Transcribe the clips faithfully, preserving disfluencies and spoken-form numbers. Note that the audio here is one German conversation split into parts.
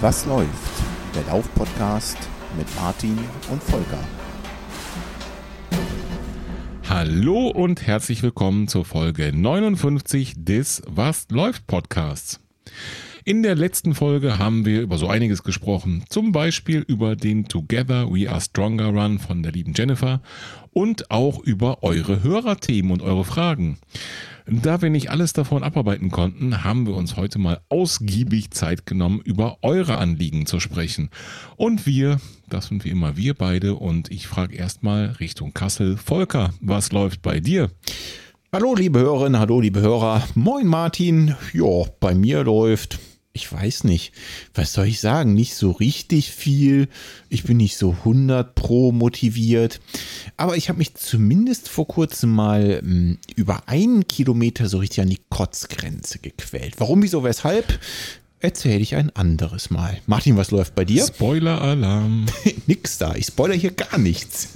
Was läuft? Der Lauf-Podcast mit Martin und Volker. Hallo und herzlich willkommen zur Folge neunundfünfzig des Was läuft Podcasts. In der letzten Folge haben wir über so einiges gesprochen, zum Beispiel über den Together We Are Stronger Run von der lieben Jennifer und auch über eure Hörerthemen und eure Fragen. Da wir nicht alles davon abarbeiten konnten, haben wir uns heute mal ausgiebig Zeit genommen, über eure Anliegen zu sprechen. Und wir, das sind wie immer wir beide, und ich frage erstmal Richtung Kassel. Volker, was läuft bei dir? Hallo liebe Hörerinnen, hallo liebe Hörer. Moin Martin. Ja, bei mir läuft, ich weiß nicht, was soll ich sagen, nicht so richtig viel. Ich bin nicht so hundert pro motiviert. Aber ich habe mich zumindest vor kurzem mal mh, über einen Kilometer so richtig an die Kotzgrenze gequält. Warum, wieso, weshalb? Erzähle ich ein anderes Mal. Martin, was läuft bei dir? Spoiler-Alarm. Nix da, ich spoilere hier gar nichts.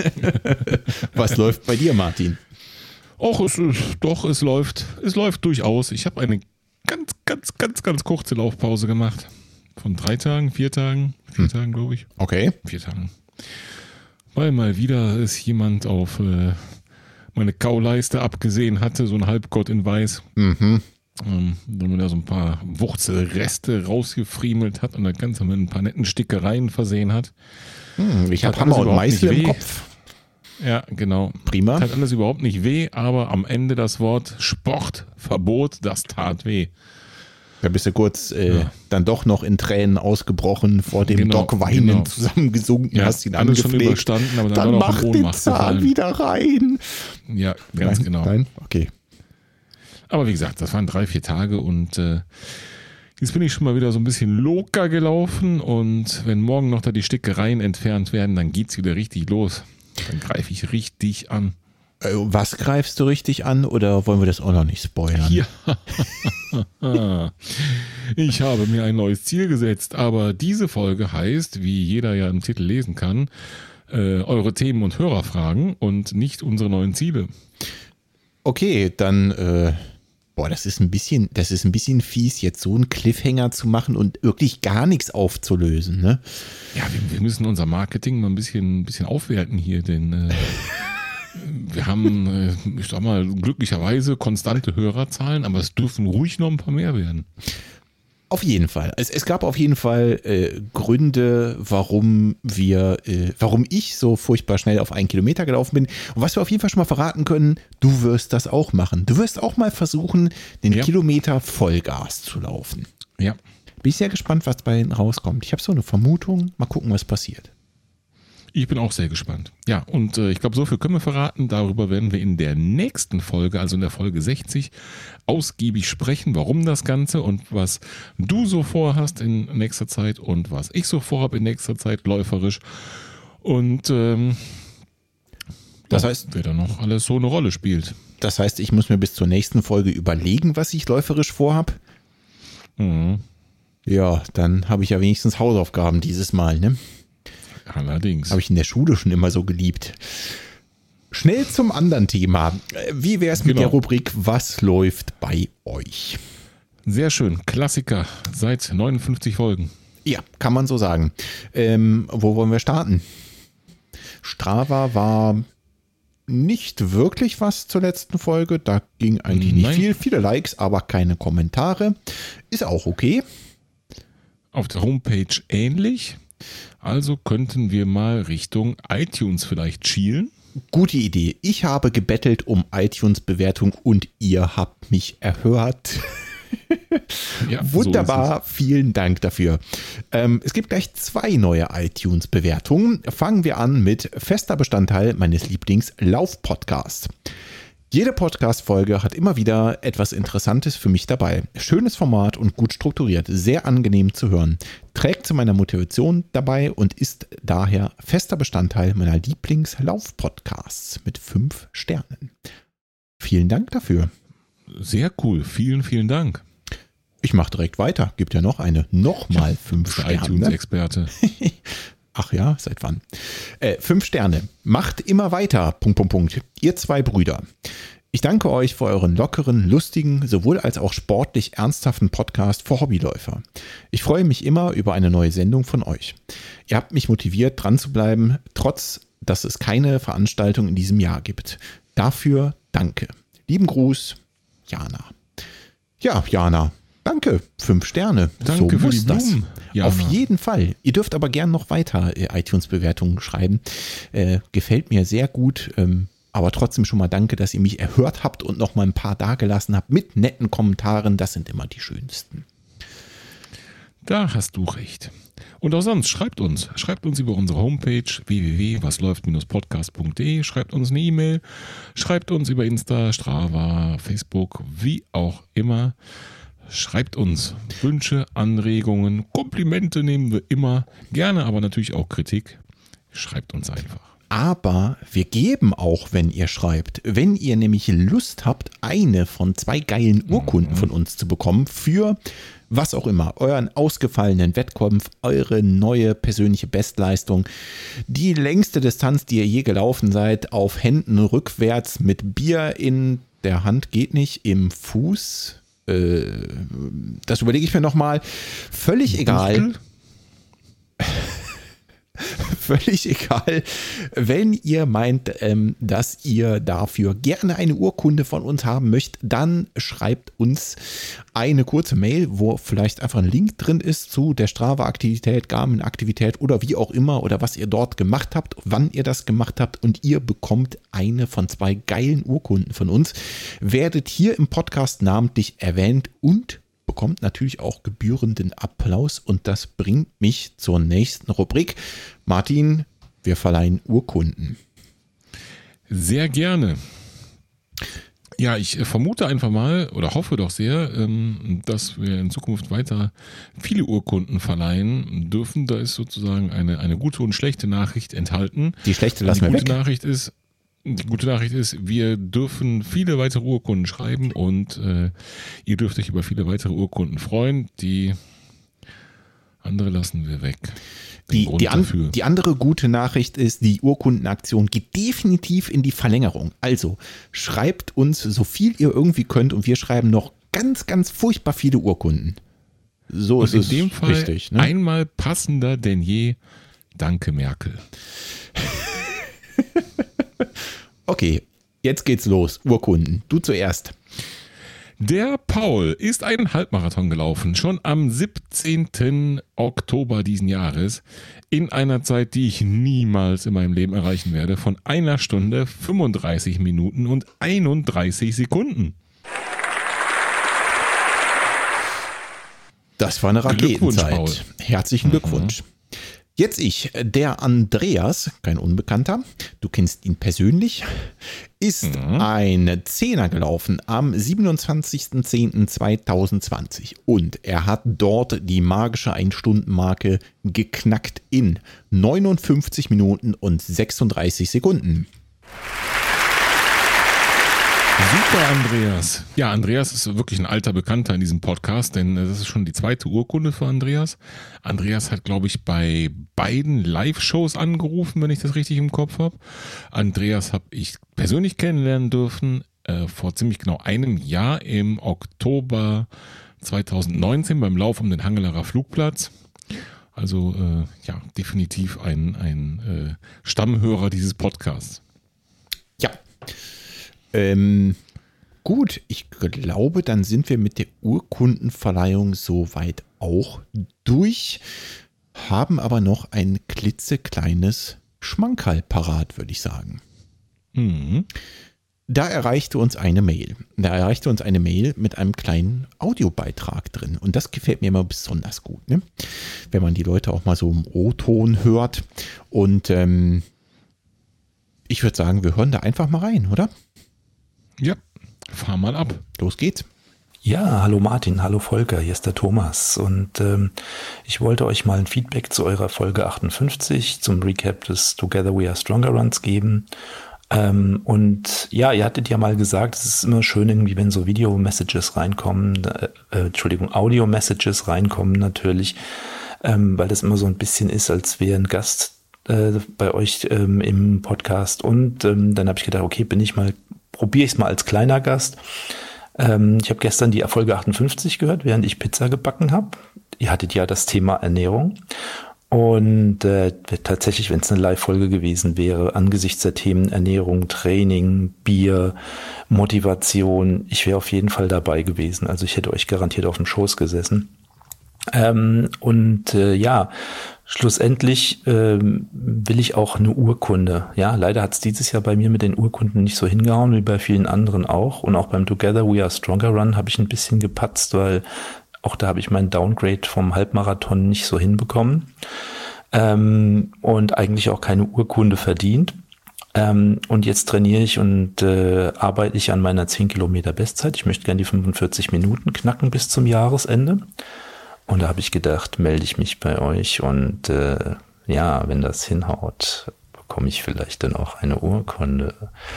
Was läuft bei dir, Martin? Och, es, doch, es läuft, es läuft durchaus. Ich habe eine ganz, ganz, ganz, ganz kurze Laufpause gemacht. Von drei Tagen, vier Tagen, vier hm. Tagen, glaube ich. Okay. Vier Tagen. Weil mal wieder ist jemand auf äh, meine Kauleiste abgesehen hatte, so ein Halbgott in Weiß. Mhm. Ähm, wenn man da so ein paar Wurzelreste rausgefriemelt hat und das Ganze mit ein paar netten Stickereien versehen hat. Hm, ich habe Hammer und Meißel im Kopf. Ja, genau. Prima. Tat alles überhaupt nicht weh, aber am Ende das Wort Sportverbot, das tat weh. Da bist du kurz äh, ja. dann doch noch in Tränen ausgebrochen, vor dem genau, Doc weinend genau. zusammengesunken, ja, hast ihn alles angepflegt. Schon überstanden, aber dann, dann war mach noch den Zahn gefallen. wieder rein. Ja, ganz nein, genau. Nein, okay. Aber wie gesagt, das waren drei, vier Tage und äh, jetzt bin ich schon mal wieder so ein bisschen locker gelaufen und wenn morgen noch da die Stickereien entfernt werden, dann geht's wieder richtig los. Dann greife ich richtig an. Äh, was greifst du richtig an oder wollen wir das auch noch nicht spoilern? Ja. Ich habe mir ein neues Ziel gesetzt, aber diese Folge heißt, wie jeder ja im Titel lesen kann, äh, eure Themen und Hörerfragen und nicht unsere neuen Ziele. Okay, dann äh, boah, das ist ein bisschen, das ist ein bisschen fies, jetzt so einen Cliffhanger zu machen und wirklich gar nichts aufzulösen, ne? Ja, wir, wir müssen unser Marketing mal ein bisschen, ein bisschen aufwerten hier, denn äh, wir haben, äh, ich sag mal, glücklicherweise konstante Hörerzahlen, aber es dürfen ruhig noch ein paar mehr werden. Auf jeden Fall. Es, es gab auf jeden Fall äh, Gründe, warum wir, äh, warum ich so furchtbar schnell auf einen Kilometer gelaufen bin. Und was wir auf jeden Fall schon mal verraten können, du wirst das auch machen. Du wirst auch mal versuchen, den ja. Kilometer Vollgas zu laufen. Ja. Bin ich sehr gespannt, was bei Ihnen rauskommt. Ich habe so eine Vermutung. Mal gucken, was passiert. Ich bin auch sehr gespannt. Ja, und äh, ich glaube, so viel können wir verraten. Darüber werden wir in der nächsten Folge, also in der Folge sechzig, ausgiebig sprechen, warum das Ganze und was du so vorhast in nächster Zeit und was ich so vorhabe in nächster Zeit läuferisch. Und ähm, das heißt, wer da noch alles so eine Rolle spielt. Das heißt, ich muss mir bis zur nächsten Folge überlegen, was ich läuferisch vorhab. Mhm. Ja, dann habe ich ja wenigstens Hausaufgaben dieses Mal, ne? Allerdings. Habe ich in der Schule schon immer so geliebt. Schnell zum anderen Thema. Wie wäre es mit genau. der Rubrik Was läuft bei euch? Sehr schön. Klassiker seit neunundfünfzig Folgen. Ja, kann man so sagen. Ähm, wo wollen wir starten? Strava war nicht wirklich was zur letzten Folge. Da ging eigentlich nicht Nein. viel. Viele Likes, aber keine Kommentare. Ist auch okay. Auf der Homepage ähnlich. Also könnten wir mal Richtung iTunes vielleicht schielen. Gute Idee. Ich habe gebettelt um iTunes-Bewertung und ihr habt mich erhört. Ja, wunderbar, so vielen Dank dafür. Ähm, es gibt gleich zwei neue iTunes-Bewertungen. Fangen wir an mit fester Bestandteil meines Lieblings-Lauf-Podcasts. Jede Podcast-Folge hat immer wieder etwas Interessantes für mich dabei. Schönes Format und gut strukturiert, sehr angenehm zu hören. Trägt zu meiner Motivation dabei und ist daher fester Bestandteil meiner Lieblings-Lauf-Podcasts mit fünf Sternen. Vielen Dank dafür. Sehr cool, vielen, vielen Dank. Ich mache direkt weiter. Gibt ja noch eine. Nochmal fünf der Sterne. iTunes-Experte. Ach ja, seit wann? Äh, fünf Sterne. Macht immer weiter. Punkt, Punkt, Punkt. Ihr zwei Brüder. Ich danke euch für euren lockeren, lustigen, sowohl als auch sportlich ernsthaften Podcast für Hobbyläufer. Ich freue mich immer über eine neue Sendung von euch. Ihr habt mich motiviert, dran zu bleiben, trotz, dass es keine Veranstaltung in diesem Jahr gibt. Dafür danke. Lieben Gruß, Jana. Ja, Jana, danke. Fünf Sterne. Danke so für die Blumen, Jana. Auf jeden Fall. Ihr dürft aber gern noch weiter iTunes-Bewertungen schreiben. Äh, gefällt mir sehr gut. Ähm, Aber trotzdem schon mal danke, dass ihr mich erhört habt und noch mal ein paar dagelassen habt mit netten Kommentaren. Das sind immer die schönsten. Da hast du recht. Und auch sonst, schreibt uns. Schreibt uns über unsere Homepage w w w punkt was läuft podcast punkt de. Schreibt uns eine E-Mail. Schreibt uns über Insta, Strava, Facebook, wie auch immer. Schreibt uns Wünsche, Anregungen, Komplimente nehmen wir immer. Gerne, aber natürlich auch Kritik. Schreibt uns einfach. Aber wir geben auch, wenn ihr schreibt. Wenn ihr nämlich Lust habt, eine von zwei geilen Urkunden von uns zu bekommen für was auch immer, euren ausgefallenen Wettkampf, eure neue persönliche Bestleistung, die längste Distanz, die ihr je gelaufen seid, auf Händen rückwärts mit Bier in der Hand, geht nicht, im Fuß, äh, das überlege ich mir nochmal, völlig egal. Völlig egal, wenn ihr meint, ähm, dass ihr dafür gerne eine Urkunde von uns haben möchtet, dann schreibt uns eine kurze Mail, wo vielleicht einfach ein Link drin ist zu der Strava-Aktivität, Garmin-Aktivität oder wie auch immer oder was ihr dort gemacht habt, wann ihr das gemacht habt und ihr bekommt eine von zwei geilen Urkunden von uns, werdet hier im Podcast namentlich erwähnt und bekommt natürlich auch gebührenden Applaus und das bringt mich zur nächsten Rubrik. Martin, wir verleihen Urkunden. Sehr gerne. Ja, ich vermute einfach mal oder hoffe doch sehr, dass wir in Zukunft weiter viele Urkunden verleihen dürfen. Da ist sozusagen eine, eine gute und schlechte Nachricht enthalten. Die schlechte lassen wir weg. Die gute Nachricht ist, Die gute Nachricht ist, wir dürfen viele weitere Urkunden schreiben und äh, ihr dürft euch über viele weitere Urkunden freuen. Die andere lassen wir weg. Die, die, an, die andere gute Nachricht ist, die Urkundenaktion geht definitiv in die Verlängerung. Also schreibt uns so viel ihr irgendwie könnt und wir schreiben noch ganz, ganz furchtbar viele Urkunden. So ist es in dem Fall richtig, ne? Einmal passender denn je. Danke, Merkel. Okay, jetzt geht's los. Urkunden. Du zuerst. Der Paul ist einen Halbmarathon gelaufen, schon am siebzehnten Oktober diesen Jahres, in einer Zeit, die ich niemals in meinem Leben erreichen werde, von einer Stunde, fünfunddreißig Minuten und einunddreißig Sekunden. Das war eine Raketenzeit. Paul. Herzlichen Glückwunsch. Mhm. Jetzt ich, der Andreas, kein Unbekannter, du kennst ihn persönlich, ist mhm. ein Zehner gelaufen am siebenundzwanzigsten zehnten zweitausendzwanzig und er hat dort die magische Ein-Stunden-Marke geknackt in neunundfünfzig Minuten und sechsunddreißig Sekunden. Super, Andreas. Ja, Andreas ist wirklich ein alter Bekannter in diesem Podcast, denn das ist schon die zweite Urkunde für Andreas. Andreas hat, glaube ich, bei beiden Live-Shows angerufen, wenn ich das richtig im Kopf habe. Andreas habe ich persönlich kennenlernen dürfen äh, vor ziemlich genau einem Jahr im Oktober zweitausendneunzehn beim Lauf um den Hangelarer Flugplatz. Also äh, ja, definitiv ein, ein äh, Stammhörer dieses Podcasts. Ja. Ähm, gut, ich glaube, dann sind wir mit der Urkundenverleihung soweit auch durch, haben aber noch ein klitzekleines Schmankerl parat, würde ich sagen. Mhm. Da erreichte uns eine Mail. Da erreichte uns eine Mail mit einem kleinen Audiobeitrag drin. Und das gefällt mir immer besonders gut, ne? Wenn man die Leute auch mal so im O-Ton hört. Und ähm, ich würde sagen, wir hören da einfach mal rein, oder? Ja, fahr mal ab. Los geht's. Ja, hallo Martin, hallo Volker, hier ist der Thomas und ähm, ich wollte euch mal ein Feedback zu eurer Folge achtundfünfzig zum Recap des Together We Are Stronger Runs geben. Ähm, und ja, ihr hattet ja mal gesagt, es ist immer schön irgendwie, wenn so Video-Messages reinkommen, äh, äh, Entschuldigung, Audio-Messages reinkommen natürlich, ähm, weil das immer so ein bisschen ist, als wäre ein Gast äh, bei euch ähm, im Podcast und ähm, dann habe ich gedacht, okay, bin ich mal probiere ich es mal als kleiner Gast. Ähm, ich habe gestern die Folge achtundfünfzig gehört, während ich Pizza gebacken habe. Ihr hattet ja das Thema Ernährung. Und äh, tatsächlich, wenn es eine Live-Folge gewesen wäre, angesichts der Themen Ernährung, Training, Bier, Motivation, ich wäre auf jeden Fall dabei gewesen. Also ich hätte euch garantiert auf dem Schoß gesessen. Ähm, und äh, ja, schlussendlich ähm, will ich auch eine Urkunde. Ja, leider hat es dieses Jahr bei mir mit den Urkunden nicht so hingehauen, wie bei vielen anderen auch. Und auch beim Together We Are Stronger Run habe ich ein bisschen gepatzt, weil auch da habe ich meinen Downgrade vom Halbmarathon nicht so hinbekommen ähm, und eigentlich auch keine Urkunde verdient. Ähm, und jetzt trainiere ich und äh, arbeite ich an meiner zehn Kilometer Bestzeit. Ich möchte gerne die fünfundvierzig Minuten knacken bis zum Jahresende. Und da habe ich gedacht, melde ich mich bei euch und äh, ja, wenn das hinhaut, bekomme ich vielleicht dann auch eine Urkunde.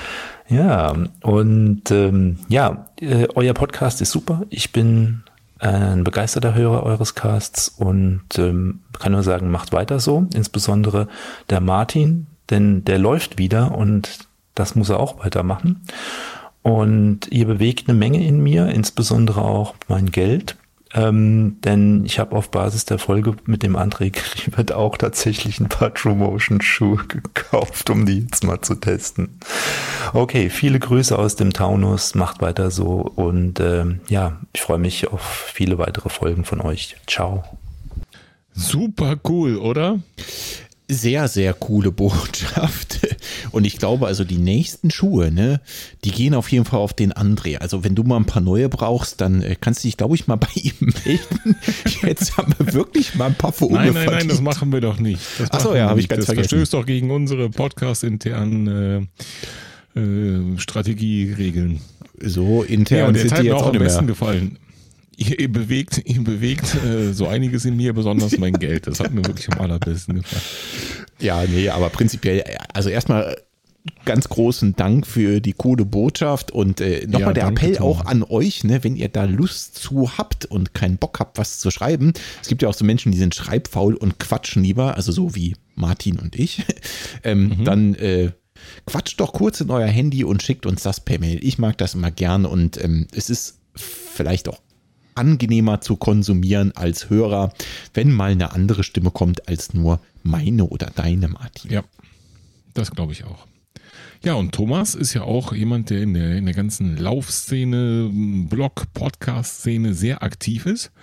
Ja, und ähm, ja, äh, euer Podcast ist super. Ich bin ein begeisterter Hörer eures Casts und ähm, kann nur sagen, macht weiter so. Insbesondere der Martin, denn der läuft wieder und das muss er auch weitermachen. Und ihr bewegt eine Menge in mir, insbesondere auch mein Geld. Ähm, denn ich habe auf Basis der Folge mit dem André Kriebert auch tatsächlich ein paar True-Motion-Schuhe gekauft, um die jetzt mal zu testen. Okay, viele Grüße aus dem Taunus, macht weiter so und ähm, ja, ich freue mich auf viele weitere Folgen von euch. Ciao. Super cool, oder? Sehr, sehr coole Botschaft. Und ich glaube, also die nächsten Schuhe, ne, die gehen auf jeden Fall auf den André. Also wenn du mal ein paar neue brauchst, dann kannst du dich, glaube ich, mal bei ihm melden. Jetzt haben wir wirklich mal ein paar für Nein, nein, nein, das machen wir doch nicht. Achso, ja, habe ich ganz das vergessen. Das verstößt doch gegen unsere Podcast-internen äh, äh, Strategieregeln. So intern ja, und sind jetzt die hat mir jetzt auch auch am nicht besten mehr. gefallen. Ihr, ihr bewegt, ihr bewegt äh, so einiges in mir, besonders mein Geld. Das hat mir wirklich am allerbesten gefallen. Ja, nee, aber prinzipiell, also erstmal ganz großen Dank für die coole Botschaft und äh, nochmal Ja, der danke, Appell Thomas. auch an euch, ne, wenn ihr da Lust zu habt und keinen Bock habt, was zu schreiben. Es gibt ja auch so Menschen, die sind schreibfaul und quatschen lieber, also so wie Martin und ich. ähm, Mhm. Dann äh, quatscht doch kurz in euer Handy und schickt uns das per Mail. Ich mag das immer gern und ähm, es ist vielleicht auch angenehmer zu konsumieren als Hörer, wenn mal eine andere Stimme kommt als nur meine oder deine, Martin. Ja, das glaube ich auch. Ja, und Thomas ist ja auch jemand, der in der, in der ganzen Laufszene, Blog, Podcast-Szene sehr aktiv ist.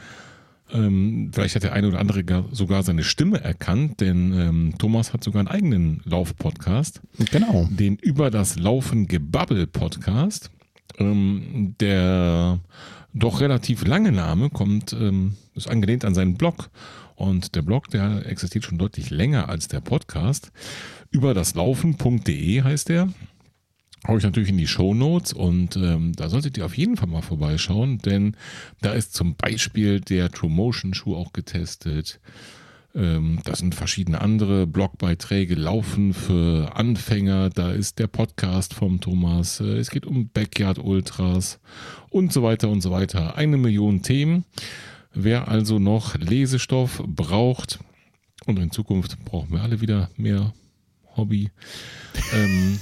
Ähm, vielleicht hat der eine oder andere gar, sogar seine Stimme erkannt, denn ähm, Thomas hat sogar einen eigenen Lauf-Podcast. Genau. Den Über das Laufen Gebabbel-Podcast. Ähm, der doch relativ lange Name kommt, ähm, ist angelehnt an seinen Blog. Und der Blog, der existiert schon deutlich länger als der Podcast. Über das Laufen punkt de heißt der. Habe ich natürlich in die Shownotes und ähm, da solltet ihr auf jeden Fall mal vorbeischauen, denn da ist zum Beispiel der True Motion Schuh auch getestet. Ähm, da sind verschiedene andere Blogbeiträge, Laufen für Anfänger, da ist der Podcast vom Thomas, äh, es geht um Backyard Ultras und so weiter und so weiter. Eine Million Themen. Wer also noch Lesestoff braucht, und in Zukunft brauchen wir alle wieder mehr Hobby, ähm,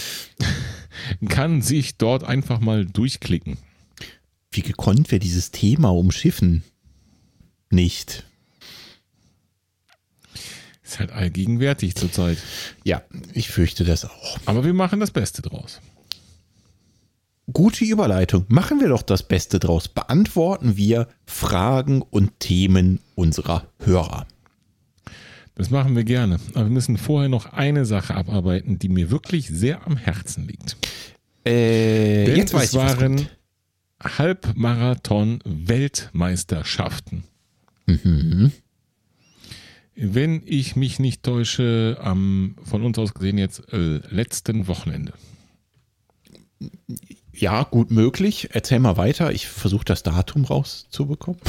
kann sich dort einfach mal durchklicken. Wie gekonnt wir dieses Thema umschiffen? Nicht. Ist halt allgegenwärtig zurzeit. Ja, ich fürchte das auch. Aber wir machen das Beste draus. Gute Überleitung. Machen wir doch das Beste draus. Beantworten wir Fragen und Themen unserer Hörer. Das machen wir gerne. Aber wir müssen vorher noch eine Sache abarbeiten, die mir wirklich sehr am Herzen liegt. Äh, Denn jetzt weiß es ich, was waren kommt. Halbmarathon-Weltmeisterschaften. Mhm. Wenn ich mich nicht täusche, am von uns aus gesehen jetzt äh, letzten Wochenende. Ja, gut möglich. Erzähl mal weiter. Ich versuche das Datum rauszubekommen.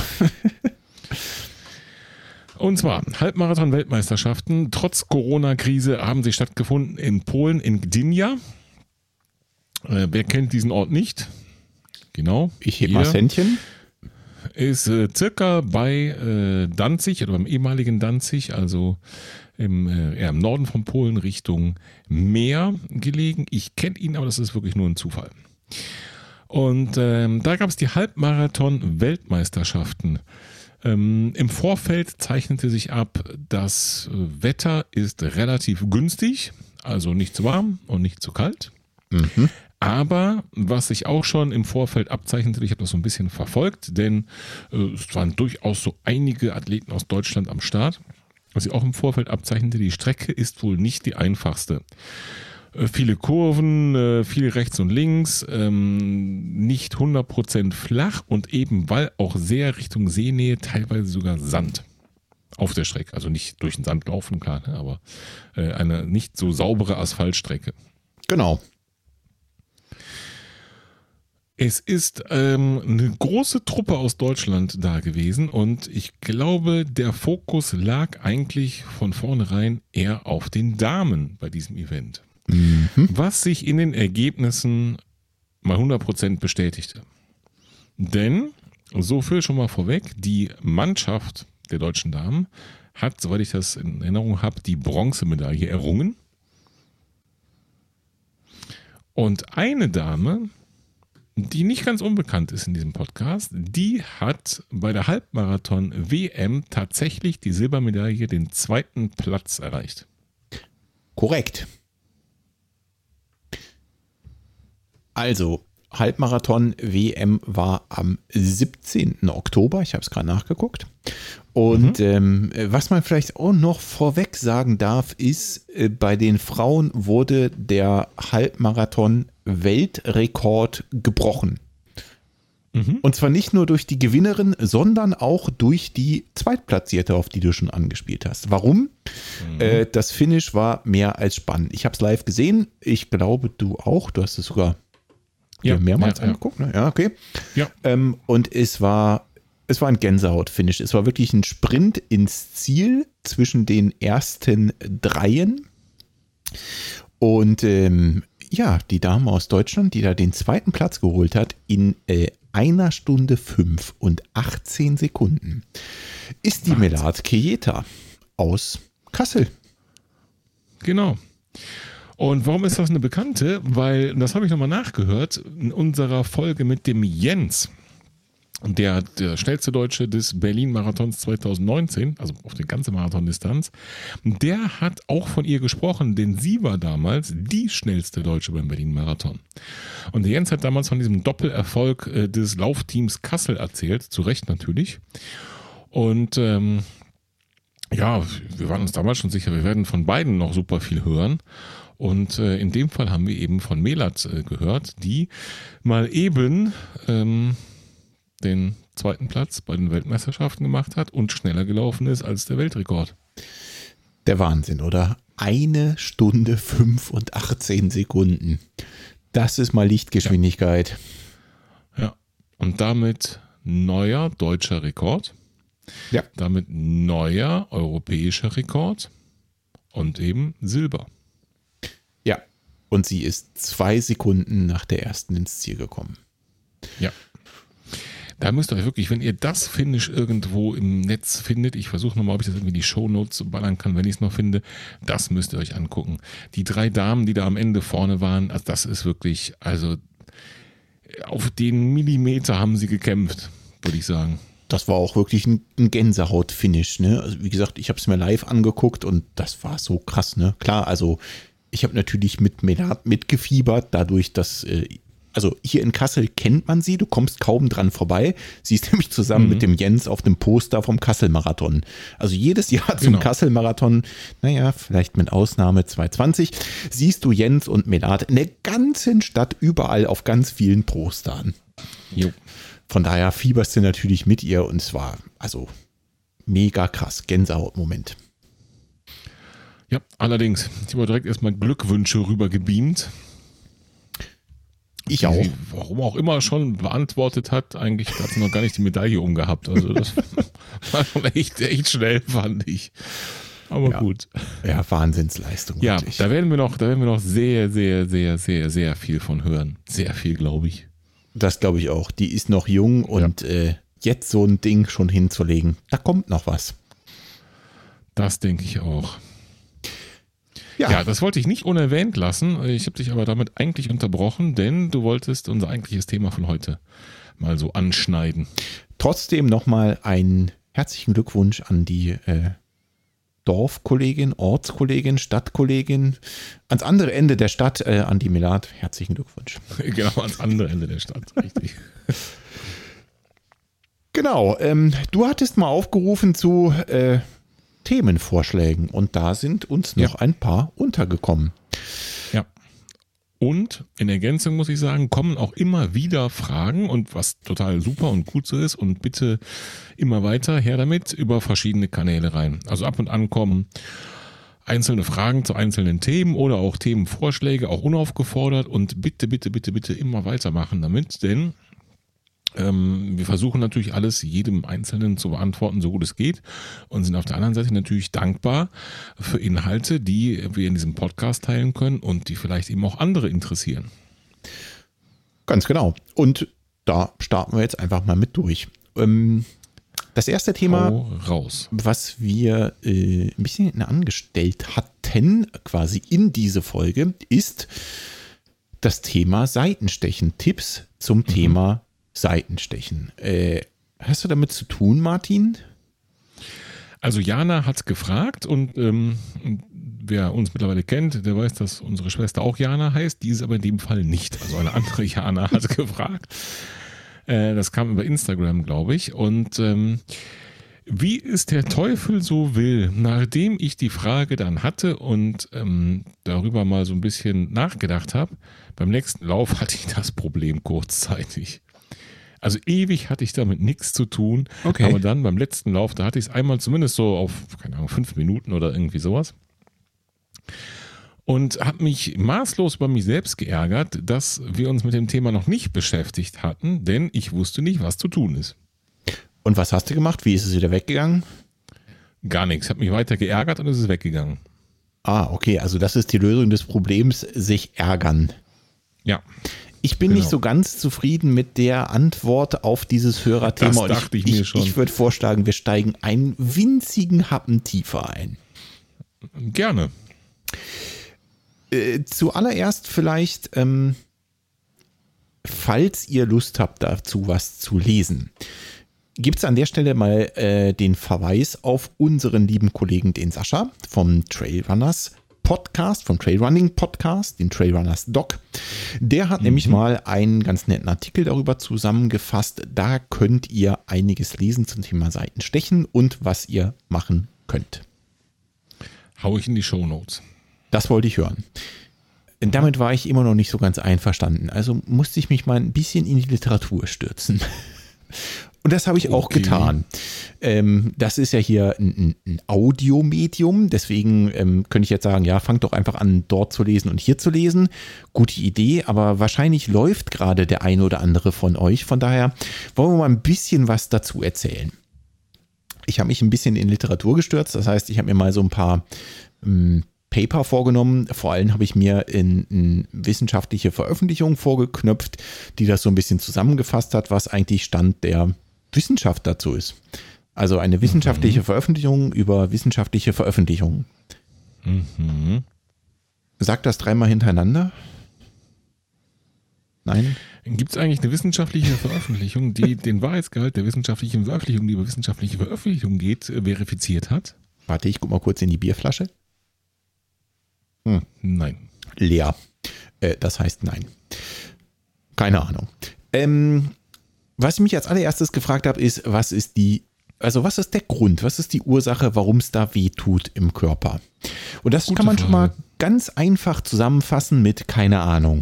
Und zwar Halbmarathon-Weltmeisterschaften. Trotz Corona-Krise haben sie stattgefunden in Polen, in Gdynia. Äh, wer kennt diesen Ort nicht? Genau. Ich heb mal das Händchen. Ist äh, circa bei äh, Danzig oder beim ehemaligen Danzig, also im, äh, eher im Norden von Polen Richtung Meer gelegen. Ich kenne ihn, aber das ist wirklich nur ein Zufall. Und ähm, da gab es die Halbmarathon-Weltmeisterschaften. Ähm, Im Vorfeld zeichnete sich ab, das Wetter ist relativ günstig, also nicht zu warm und nicht zu kalt. Mhm. Aber was sich auch schon im Vorfeld abzeichnete, ich habe das so ein bisschen verfolgt, denn äh, es waren durchaus so einige Athleten aus Deutschland am Start. Was sich auch im Vorfeld abzeichnete, die Strecke ist wohl nicht die einfachste. Äh, viele Kurven, äh, viel rechts und links, ähm, nicht hundert Prozent flach und eben, weil auch sehr Richtung Seenähe, teilweise sogar Sand auf der Strecke. Also nicht durch den Sand laufen, klar, ne, aber äh, eine nicht so saubere Asphaltstrecke. Genau. Es ist ähm, eine große Truppe aus Deutschland da gewesen und ich glaube, der Fokus lag eigentlich von vornherein eher auf den Damen bei diesem Event. Mhm. Was sich in den Ergebnissen mal hundert Prozent bestätigte. Denn, so viel schon mal vorweg, die Mannschaft der deutschen Damen hat, soweit ich das in Erinnerung habe, die Bronzemedaille errungen. Und eine Dame, die nicht ganz unbekannt ist in diesem Podcast, die hat bei der Halbmarathon-W M tatsächlich die Silbermedaille, den zweiten Platz erreicht. Korrekt. Also, Halbmarathon-W M war am siebzehnten Oktober, ich habe es gerade nachgeguckt. Und mhm. ähm, was man vielleicht auch noch vorweg sagen darf, ist, äh, bei den Frauen wurde der Halbmarathon-Weltrekord gebrochen. Mhm. Und zwar nicht nur durch die Gewinnerin, sondern auch durch die Zweitplatzierte, auf die du schon angespielt hast. Warum? Mhm. Äh, das Finish war mehr als spannend. Ich habe es live gesehen. Ich glaube, du auch. Du hast es sogar ja, mehrmals ja, angeguckt. Ja. Ne? Ja, okay. Ja. Ähm, und es war Es war ein Gänsehaut-Finish. Es war wirklich ein Sprint ins Ziel zwischen den ersten Dreien. Und ähm, ja, die Dame aus Deutschland, die da den zweiten Platz geholt hat, in äh, einer Stunde fünf und achtzehn Sekunden, ist die Melad Kejeta aus Kassel. Genau. Und warum ist das eine Bekannte? Weil, das habe ich nochmal nachgehört, in unserer Folge mit dem Jens. Der, der schnellste Deutsche des Berlin-Marathons zwanzig neunzehn, also auf die ganze Marathondistanz, der hat auch von ihr gesprochen, denn sie war damals die schnellste Deutsche beim Berlin-Marathon. Und der Jens hat damals von diesem Doppelerfolg äh, des Laufteams Kassel erzählt, zu Recht natürlich. Und ähm, ja, wir waren uns damals schon sicher, wir werden von beiden noch super viel hören. Und äh, in dem Fall haben wir eben von Melad äh, gehört, die mal eben ähm, den zweiten Platz bei den Weltmeisterschaften gemacht hat und schneller gelaufen ist als der Weltrekord. Der Wahnsinn, oder? Eine Stunde fünf und achtzehn Sekunden. Das ist mal Lichtgeschwindigkeit. Ja, ja. Und damit neuer deutscher Rekord. Ja. Damit neuer europäischer Rekord und eben Silber. Ja, und sie ist zwei Sekunden nach der ersten ins Ziel gekommen. Ja. Da müsst ihr euch wirklich, wenn ihr das Finish irgendwo im Netz findet, ich versuche nochmal, ob ich das irgendwie in die Shownotes ballern kann, wenn ich es noch finde, das müsst ihr euch angucken. Die drei Damen, die da am Ende vorne waren, also das ist wirklich, also auf den Millimeter haben sie gekämpft, würde ich sagen. Das war auch wirklich ein, ein Gänsehaut-Finish, ne? Also wie gesagt, ich habe es mir live angeguckt und das war so krass, ne? Klar, also ich habe natürlich mit Melad mitgefiebert, dadurch, dass äh, also hier in Kassel kennt man sie, du kommst kaum dran vorbei. Sie ist nämlich zusammen mhm. mit dem Jens auf dem Poster vom Kassel-Marathon. Also jedes Jahr zum genau. Kassel-Marathon, naja, vielleicht mit Ausnahme zwanzig zwanzig, siehst du Jens und Melad in der ganzen Stadt überall auf ganz vielen Postern. Jo. Von daher fieberst du natürlich mit ihr und es war also mega krass, Gänsehaut-Moment. Ja, allerdings, ich habe direkt erstmal Glückwünsche rübergebeamt. Ich auch. Die, warum auch immer schon beantwortet hat, eigentlich hat sie noch gar nicht die Medaille umgehabt. Also das war schon echt, echt schnell, fand ich. Aber ja. gut. Ja, Wahnsinnsleistung. Ja, wirklich. da werden wir noch, da werden wir noch sehr, sehr, sehr, sehr, sehr viel von hören. Sehr viel, glaube ich. Das glaube ich auch. Die ist noch jung und ja. äh, jetzt so ein Ding schon hinzulegen, da kommt noch was. Das denke ich auch. Ja. ja, das wollte ich nicht unerwähnt lassen. Ich habe dich aber damit eigentlich unterbrochen, denn du wolltest unser eigentliches Thema von heute mal so anschneiden. Trotzdem nochmal einen herzlichen Glückwunsch an die äh, Dorfkollegin, Ortskollegin, Stadtkollegin, ans andere Ende der Stadt, äh, an die Milad. Herzlichen Glückwunsch. Genau, ans andere Ende der Stadt, richtig. Genau, ähm, du hattest mal aufgerufen zu äh, Themenvorschlägen und da sind uns noch ja. ein paar untergekommen. Ja. Und in Ergänzung muss ich sagen, kommen auch immer wieder Fragen und was total super und gut so ist und bitte immer weiter her damit über verschiedene Kanäle rein. Also ab und an kommen einzelne Fragen zu einzelnen Themen oder auch Themenvorschläge, auch unaufgefordert und bitte, bitte, bitte, bitte immer weitermachen damit, denn Ähm, wir versuchen natürlich alles jedem Einzelnen zu beantworten, so gut es geht und sind auf der anderen Seite natürlich dankbar für Inhalte, die wir in diesem Podcast teilen können und die vielleicht eben auch andere interessieren. Ganz genau. Und da starten wir jetzt einfach mal mit durch. Ähm, das erste Thema, raus. was wir äh, ein bisschen angestellt hatten, quasi in diese Folge, ist das Thema Seitenstechen. Tipps zum mhm. Thema Seitenstechen. Äh, hast du damit zu tun, Martin? Also Jana hat gefragt und ähm, wer uns mittlerweile kennt, der weiß, dass unsere Schwester auch Jana heißt. Die ist aber in dem Fall nicht. Also eine andere Jana hat gefragt. Äh, das kam über Instagram, glaube ich. Und ähm, wie es der Teufel so will, nachdem ich die Frage dann hatte und ähm, darüber mal so ein bisschen nachgedacht habe, beim nächsten Lauf hatte ich das Problem kurzzeitig. Also ewig hatte ich damit nichts zu tun, okay. aber dann beim letzten Lauf, da hatte ich es einmal zumindest so auf, keine Ahnung, fünf Minuten oder irgendwie sowas und habe mich maßlos über mich selbst geärgert, dass wir uns mit dem Thema noch nicht beschäftigt hatten, denn ich wusste nicht, was zu tun ist. Und was hast du gemacht? Wie ist es wieder weggegangen? Gar nichts, ich habe mich weiter geärgert und es ist weggegangen. Ah, okay, also das ist die Lösung des Problems, sich ärgern. Ja. Ich bin genau. nicht so ganz zufrieden mit der Antwort auf dieses Hörerthema. Das dachte ich, ich mir schon. Ich würde vorschlagen, wir steigen einen winzigen Happen tiefer ein. Gerne. Äh, zuallererst vielleicht, ähm, falls ihr Lust habt, dazu was zu lesen, gibt es an der Stelle mal äh, den Verweis auf unseren lieben Kollegen, den Sascha vom Trailrunners Podcast, vom Trailrunning Podcast, den Trailrunners Doc. Der hat mhm. nämlich mal einen ganz netten Artikel darüber zusammengefasst. Da könnt ihr einiges lesen zum Thema Seitenstechen und was ihr machen könnt. Hau ich in die Shownotes. Das wollte ich hören. Damit war ich immer noch nicht so ganz einverstanden. Also musste ich mich mal ein bisschen in die Literatur stürzen. Und das habe ich auch okay. getan. Ähm, das ist ja hier ein, ein Audiomedium, deswegen ähm, könnte ich jetzt sagen, ja, fangt doch einfach an, dort zu lesen und hier zu lesen. Gute Idee, aber wahrscheinlich läuft gerade der eine oder andere von euch. Von daher wollen wir mal ein bisschen was dazu erzählen. Ich habe mich ein bisschen in Literatur gestürzt, das heißt, ich habe mir mal so ein paar ähm, Paper vorgenommen. Vor allem habe ich mir in, in wissenschaftliche Veröffentlichungen vorgeknöpft, die das so ein bisschen zusammengefasst hat, was eigentlich Stand der Wissenschaft dazu ist. Also eine wissenschaftliche mhm. Veröffentlichung über wissenschaftliche Veröffentlichungen. Mhm. Sag das dreimal hintereinander. Nein? Gibt es eigentlich eine wissenschaftliche Veröffentlichung, die den Wahrheitsgehalt der wissenschaftlichen Veröffentlichung, die über wissenschaftliche Veröffentlichung geht, verifiziert hat? Warte, ich guck mal kurz in die Bierflasche. Hm. Nein. Leer. Äh, das heißt nein. Keine Ahnung. Ähm, was ich mich als allererstes gefragt habe, ist, was ist die, also was ist der Grund, was ist die Ursache, warum es da weh tut im Körper? Und das Gute kann man Frage. schon mal ganz einfach zusammenfassen mit keine Ahnung.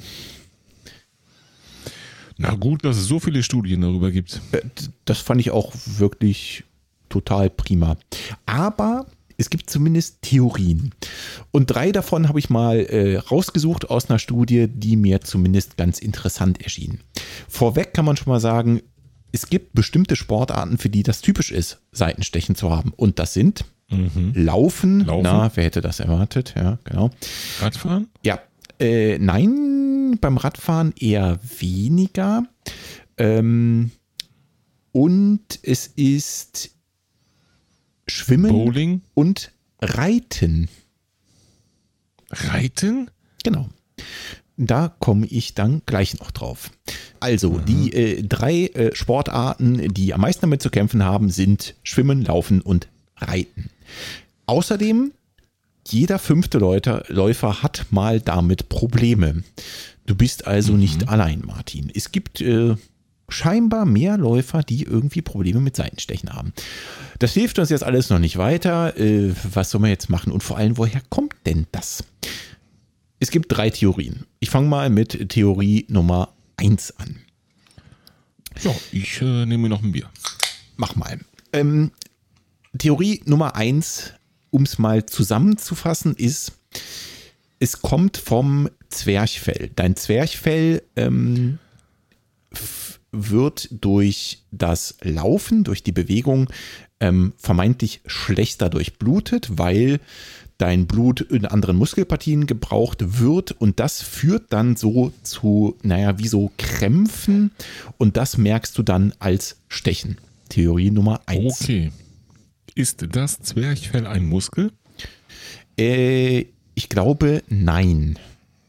Na gut, dass es so viele Studien darüber gibt. Äh, das fand ich auch wirklich total prima. Aber es gibt zumindest Theorien. Und drei davon habe ich mal äh, rausgesucht aus einer Studie, die mir zumindest ganz interessant erschien. Vorweg kann man schon mal sagen, es gibt bestimmte Sportarten, für die das typisch ist, Seitenstechen zu haben. Und das sind mhm. Laufen. Laufen. Na, wer hätte das erwartet? Ja, genau. Radfahren? Ja. Äh, nein, beim Radfahren eher weniger. Ähm, und es ist Schwimmen Bowling und Reiten. Reiten? Genau. Da komme ich dann gleich noch drauf. Also, mhm. die äh, drei äh, Sportarten, die am meisten damit zu kämpfen haben, sind Schwimmen, Laufen und Reiten. Außerdem, jeder fünfte Läufer, Läufer hat mal damit Probleme. Du bist also mhm. nicht allein, Martin. Es gibt äh, scheinbar mehr Läufer, die irgendwie Probleme mit Seitenstechen haben. Das hilft uns jetzt alles noch nicht weiter. Äh, was soll man jetzt machen? Und vor allem, woher kommt denn das? Es gibt drei Theorien. Ich fange mal mit Theorie Nummer eins an. Ja, ich äh, nehme mir noch ein Bier. Mach mal. Ähm, Theorie Nummer eins, um es mal zusammenzufassen, ist, es kommt vom Zwerchfell. Dein Zwerchfell ähm, f- wird durch das Laufen, durch die Bewegung ähm, vermeintlich schlechter durchblutet, weil dein Blut in anderen Muskelpartien gebraucht wird und das führt dann so zu, naja, wie so Krämpfen und das merkst du dann als Stechen. Theorie Nummer eins. Okay. Ist das Zwerchfell ein Muskel? Äh, ich glaube, nein.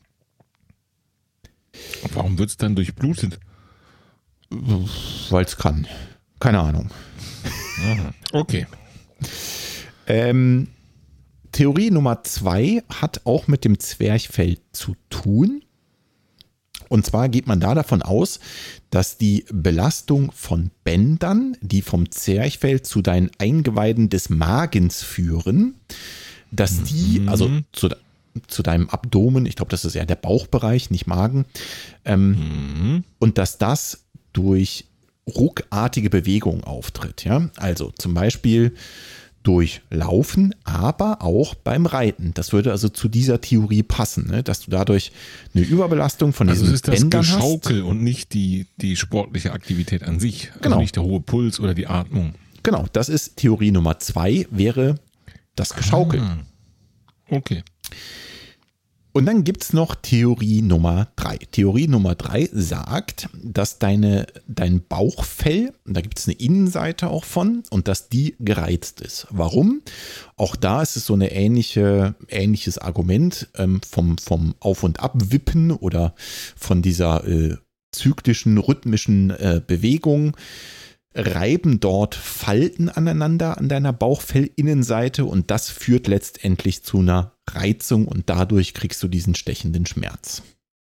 Warum wird es dann durchblutet? Weil es kann. Keine Ahnung. Aha. Okay. Ähm, Theorie Nummer zwei hat auch mit dem Zwerchfell zu tun. Und zwar geht man da davon aus, dass die Belastung von Bändern, die vom Zwerchfell zu deinen Eingeweiden des Magens führen, dass die, mhm. also zu, zu deinem Abdomen, ich glaube, das ist ja der Bauchbereich, nicht Magen, ähm, mhm. und dass das durch ruckartige Bewegung auftritt. Ja? Also zum Beispiel durch Laufen, aber auch beim Reiten. Das würde also zu dieser Theorie passen, ne? Dass du dadurch eine Überbelastung von diesen Bändern hast. Also Bändern ist das Geschaukel und nicht die, die sportliche Aktivität an sich. Also genau. Nicht der hohe Puls oder die Atmung. Genau, das ist Theorie Nummer zwei, wäre das Geschaukel. Ah, okay. Und dann gibt es noch Theorie Nummer drei. Theorie Nummer drei sagt, dass deine, dein Bauchfell, da gibt es eine Innenseite auch von, und dass die gereizt ist. Warum? Auch da ist es so eine ähnliche, ähnliches Argument ähm, vom, vom Auf- und Abwippen oder von dieser äh, zyklischen, rhythmischen äh, Bewegung. Reiben dort Falten aneinander an deiner Bauchfellinnenseite und das führt letztendlich zu einer Reizung und dadurch kriegst du diesen stechenden Schmerz.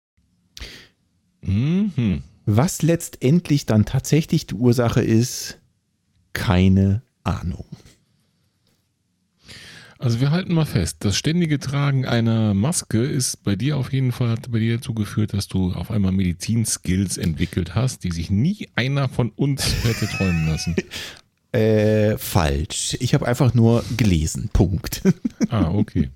Mhm. Was letztendlich dann tatsächlich die Ursache ist, keine Ahnung. Also wir halten mal fest, das ständige Tragen einer Maske ist bei dir auf jeden Fall, hat bei dir dazu geführt, dass du auf einmal Medizinskills entwickelt hast, die sich nie einer von uns hätte träumen lassen. Äh, falsch. Ich habe einfach nur gelesen. Punkt. Ah, okay.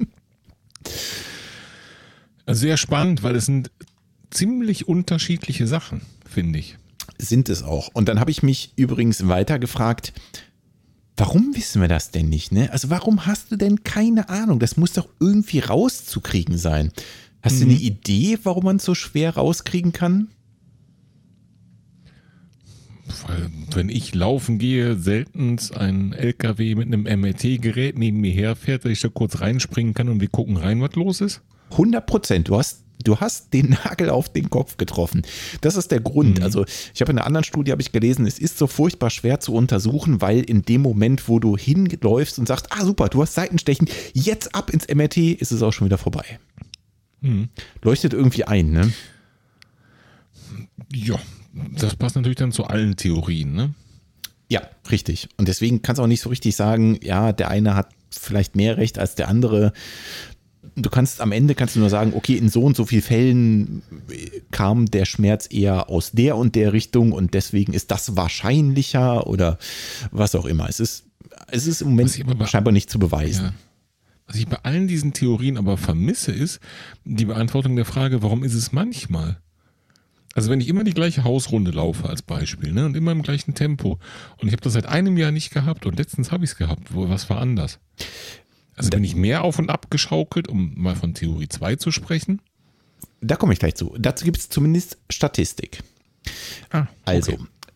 Sehr spannend, weil es sind ziemlich unterschiedliche Sachen, finde ich. Sind es auch. Und dann habe ich mich übrigens weiter gefragt, warum wissen wir das denn nicht? Ne? Also warum hast du denn keine Ahnung? Das muss doch irgendwie rauszukriegen sein. Hast mhm. du eine Idee, warum man es so schwer rauskriegen kann? Weil, wenn ich laufen gehe, selten ein L K W mit einem M R T-Gerät neben mir herfährt, dass ich da kurz reinspringen kann und wir gucken rein, was los ist? hundert Prozent. Du hast, du hast den Nagel auf den Kopf getroffen. Das ist der Grund. Mhm. Also ich habe in einer anderen Studie habe ich gelesen, es ist so furchtbar schwer zu untersuchen, weil in dem Moment, wo du hinläufst und sagst, ah super, du hast Seitenstechen, jetzt ab ins M R T, ist es auch schon wieder vorbei. Mhm. Leuchtet irgendwie ein, ne? Ja, das passt natürlich dann zu allen Theorien, ne? Ja, richtig. Und deswegen kannst du auch nicht so richtig sagen, ja, der eine hat vielleicht mehr Recht als der andere. Du kannst am Ende kannst du nur sagen, okay, in so und so vielen Fällen kam der Schmerz eher aus der und der Richtung und deswegen ist das wahrscheinlicher oder was auch immer. Es ist, es ist im Moment bei, scheinbar nicht zu beweisen. Ja. Was ich bei allen diesen Theorien aber vermisse, ist die Beantwortung der Frage, warum ist es manchmal? Also wenn ich immer die gleiche Hausrunde laufe als Beispiel, ne, und immer im gleichen Tempo und ich habe das seit einem Jahr nicht gehabt und letztens habe ich es gehabt, wo was war anders? Also bin ich mehr auf und ab geschaukelt, um mal von Theorie zwei zu sprechen? Da komme ich gleich zu. Dazu gibt es zumindest Statistik. Ah, okay. Also,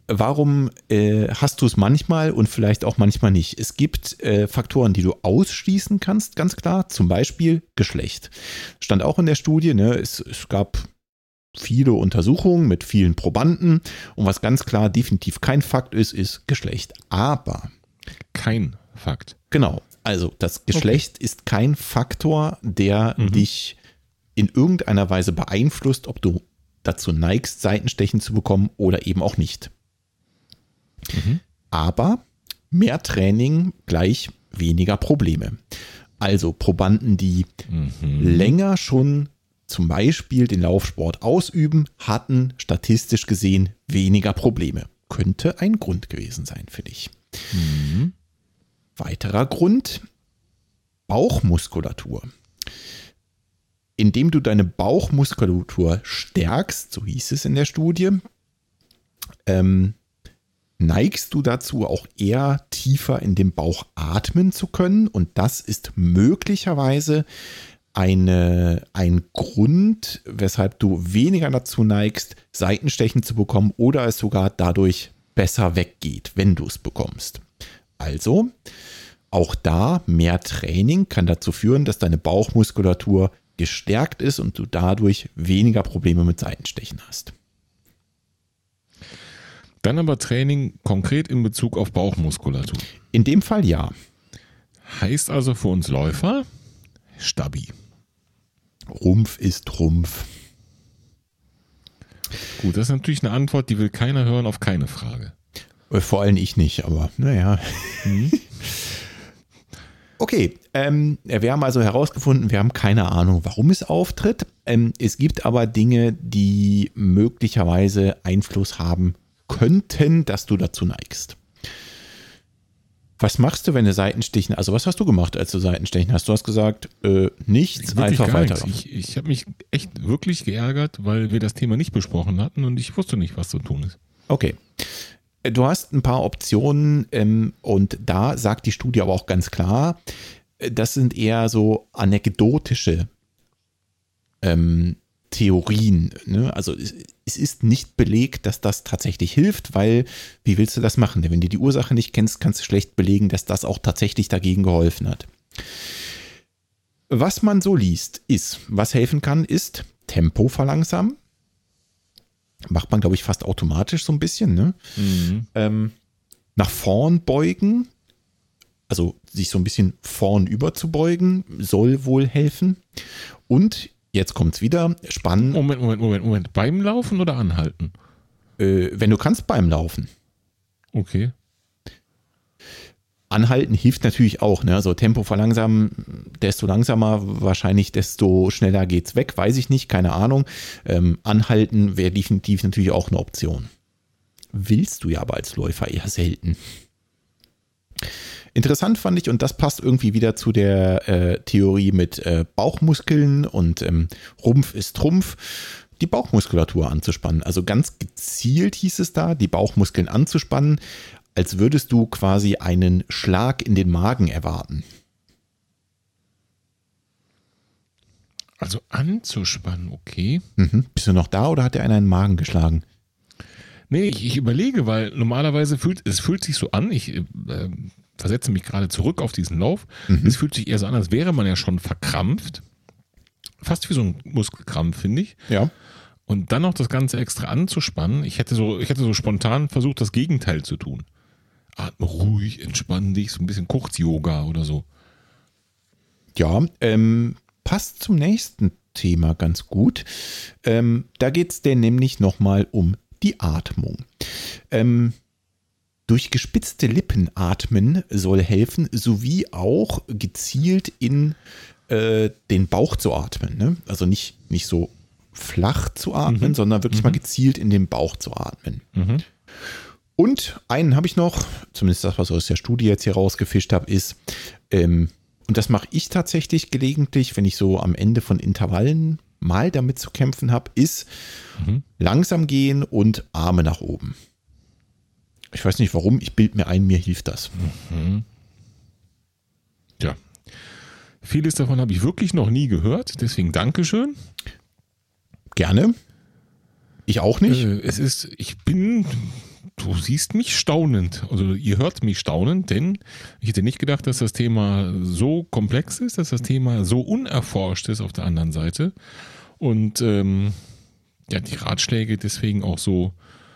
warum äh, hast du es manchmal und vielleicht auch manchmal nicht? Es gibt äh, Faktoren, die du ausschließen kannst, ganz klar. Zum Beispiel Geschlecht. Stand auch in der Studie, ne? es, es gab viele Untersuchungen mit vielen Probanden und was ganz klar definitiv kein Fakt ist, ist Geschlecht. Aber kein Fakt. Genau. Also das Geschlecht okay. ist kein Faktor, der mhm. dich in irgendeiner Weise beeinflusst, ob du dazu neigst, Seitenstechen zu bekommen oder eben auch nicht. Mhm. Aber mehr Training gleich weniger Probleme. Also Probanden, die mhm. länger schon zum Beispiel den Laufsport ausüben, hatten statistisch gesehen weniger Probleme. Könnte ein Grund gewesen sein für dich. Mhm. Weiterer Grund, Bauchmuskulatur. Indem du deine Bauchmuskulatur stärkst, so hieß es in der Studie, ähm, neigst du dazu, auch eher tiefer in den Bauch atmen zu können. Und das ist möglicherweise eine, ein Grund, weshalb du weniger dazu neigst, Seitenstechen zu bekommen oder es sogar dadurch besser weggeht, wenn du es bekommst. Also, auch da mehr Training kann dazu führen, dass deine Bauchmuskulatur gestärkt ist und du dadurch weniger Probleme mit Seitenstechen hast. Dann aber Training konkret in Bezug auf Bauchmuskulatur. In dem Fall ja. Heißt also für uns Läufer Stabi. Rumpf ist Rumpf. Gut, das ist natürlich eine Antwort, die will keiner hören auf keine Frage. Vor allem ich nicht, aber naja. Mhm. Okay, ähm, wir haben also herausgefunden, wir haben keine Ahnung, warum es auftritt. Ähm, es gibt aber Dinge, die möglicherweise Einfluss haben könnten, dass du dazu neigst. Was machst du, wenn du Seitenstechen, also was hast du gemacht, als du Seitenstechen hast? Du hast gesagt, äh, nichts, wirklich einfach weiter. Ich, ich habe mich echt wirklich geärgert, weil wir das Thema nicht besprochen hatten und ich wusste nicht, was zu tun ist. Okay. Du hast ein paar Optionen ähm, und da sagt die Studie aber auch ganz klar, das sind eher so anekdotische ähm, Theorien. Ne? Also es, es ist nicht belegt, dass das tatsächlich hilft, weil wie willst du das machen? Wenn du die Ursache nicht kennst, kannst du schlecht belegen, dass das auch tatsächlich dagegen geholfen hat. Was man so liest, ist, was helfen kann, ist Tempo verlangsamen. Macht man, glaube ich, fast automatisch so ein bisschen. Ne? Mhm. Ähm, nach vorn beugen, also sich so ein bisschen vornüber zu beugen, soll wohl helfen. Und jetzt kommt es wieder, spannen. Moment, Moment, Moment, Moment. Beim Laufen oder anhalten? Äh, wenn du kannst, beim Laufen. Okay. Anhalten hilft natürlich auch, ne? Also Tempo verlangsamen, desto langsamer, wahrscheinlich desto schneller geht's weg, weiß ich nicht, keine Ahnung. Ähm, anhalten wäre definitiv natürlich auch eine Option. Willst du ja aber als Läufer eher selten. Interessant fand ich, und das passt irgendwie wieder zu der äh, Theorie mit äh, Bauchmuskeln und ähm, Rumpf ist Trumpf, die Bauchmuskulatur anzuspannen. Also ganz gezielt hieß es da, die Bauchmuskeln anzuspannen, als würdest du quasi einen Schlag in den Magen erwarten. Also anzuspannen, okay. Mhm. Bist du noch da oder hat dir einer in den Magen geschlagen? Nee, ich, ich überlege, weil normalerweise fühlt es fühlt sich so an, ich äh, versetze mich gerade zurück auf diesen Lauf, mhm. es fühlt sich eher so an, als wäre man ja schon verkrampft. Fast wie so ein Muskelkrampf, finde ich. Ja. Und dann noch das Ganze extra anzuspannen. Ich hätte so, ich hätte so spontan versucht, das Gegenteil zu tun. Atme ruhig, entspann dich, so ein bisschen Kurz-Yoga oder so. Ja, ähm, passt zum nächsten Thema ganz gut. Ähm, da geht es denn nämlich nochmal um die Atmung. Ähm, durch gespitzte Lippen atmen soll helfen, sowie auch gezielt in äh, den Bauch zu atmen. Ne? Also nicht, nicht so flach zu atmen, mhm. sondern wirklich mhm. mal gezielt in den Bauch zu atmen. Mhm. Und einen habe ich noch, zumindest das, was ich aus der Studie jetzt hier rausgefischt habe, ist, ähm, und das mache ich tatsächlich gelegentlich, wenn ich so am Ende von Intervallen mal damit zu kämpfen habe, ist mhm. langsam gehen und Arme nach oben. Ich weiß nicht warum, ich bilde mir ein, mir hilft das. Mhm. Ja, vieles davon habe ich wirklich noch nie gehört, deswegen Dankeschön. Gerne. Ich auch nicht. Äh, es ist, ich bin du siehst mich staunend. Also ihr hört mich staunend, denn ich hätte nicht gedacht, dass das Thema so komplex ist, dass das Thema so unerforscht ist auf der anderen Seite. Und ähm, ja, die Ratschläge deswegen auch so,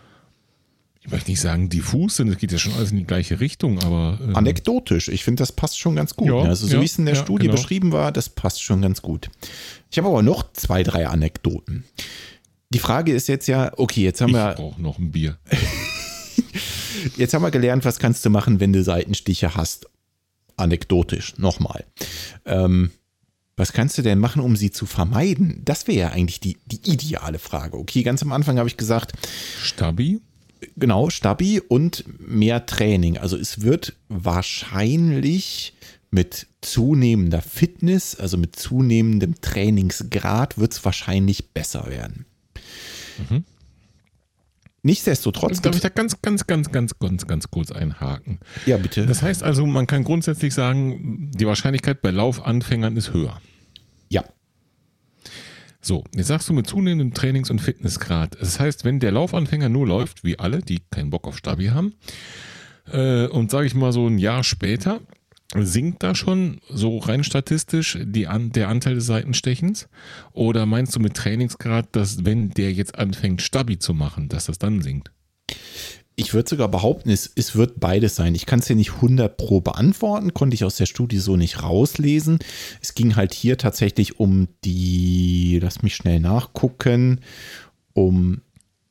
ich möchte nicht sagen diffus sind, es geht ja schon alles in die gleiche Richtung, aber... Ähm, anekdotisch, ich finde, das passt schon ganz gut. Ja, ne? Also so ja, wie es in der ja, Studie genau. beschrieben war, das passt schon ganz gut. Ich habe aber noch zwei, drei Anekdoten. Die Frage ist jetzt ja, okay, jetzt haben ich wir... Ich brauche noch ein Bier. Jetzt haben wir gelernt, was kannst du machen, wenn du Seitenstiche hast. Anekdotisch, nochmal. Ähm, was kannst du denn machen, um sie zu vermeiden? Das wäre ja eigentlich die, die ideale Frage. Okay, ganz am Anfang habe ich gesagt... Stabi? Genau, Stabi und mehr Training. Also es wird wahrscheinlich mit zunehmender Fitness, also mit zunehmendem Trainingsgrad, wird es wahrscheinlich besser werden. Mhm. Nichtsdestotrotz. Darf ich da ganz, ganz, ganz, ganz, ganz, ganz kurz einhaken? Ja, bitte. Das heißt also, man kann grundsätzlich sagen, die Wahrscheinlichkeit bei Laufanfängern ist höher. Ja. So, jetzt sagst du mit zunehmendem Trainings- und Fitnessgrad. Das heißt, wenn der Laufanfänger nur läuft, wie alle, die keinen Bock auf Stabi haben, äh, und sage ich mal so ein Jahr später, sinkt da schon so rein statistisch die An- der Anteil des Seitenstechens? Oder meinst du mit Trainingsgrad, dass wenn der jetzt anfängt, Stabi zu machen, dass das dann sinkt? Ich würde sogar behaupten, es, es wird beides sein. Ich kann es hier nicht hundert pro beantworten, konnte ich aus der Studie so nicht rauslesen. Es ging halt hier tatsächlich um die, lass mich schnell nachgucken, um,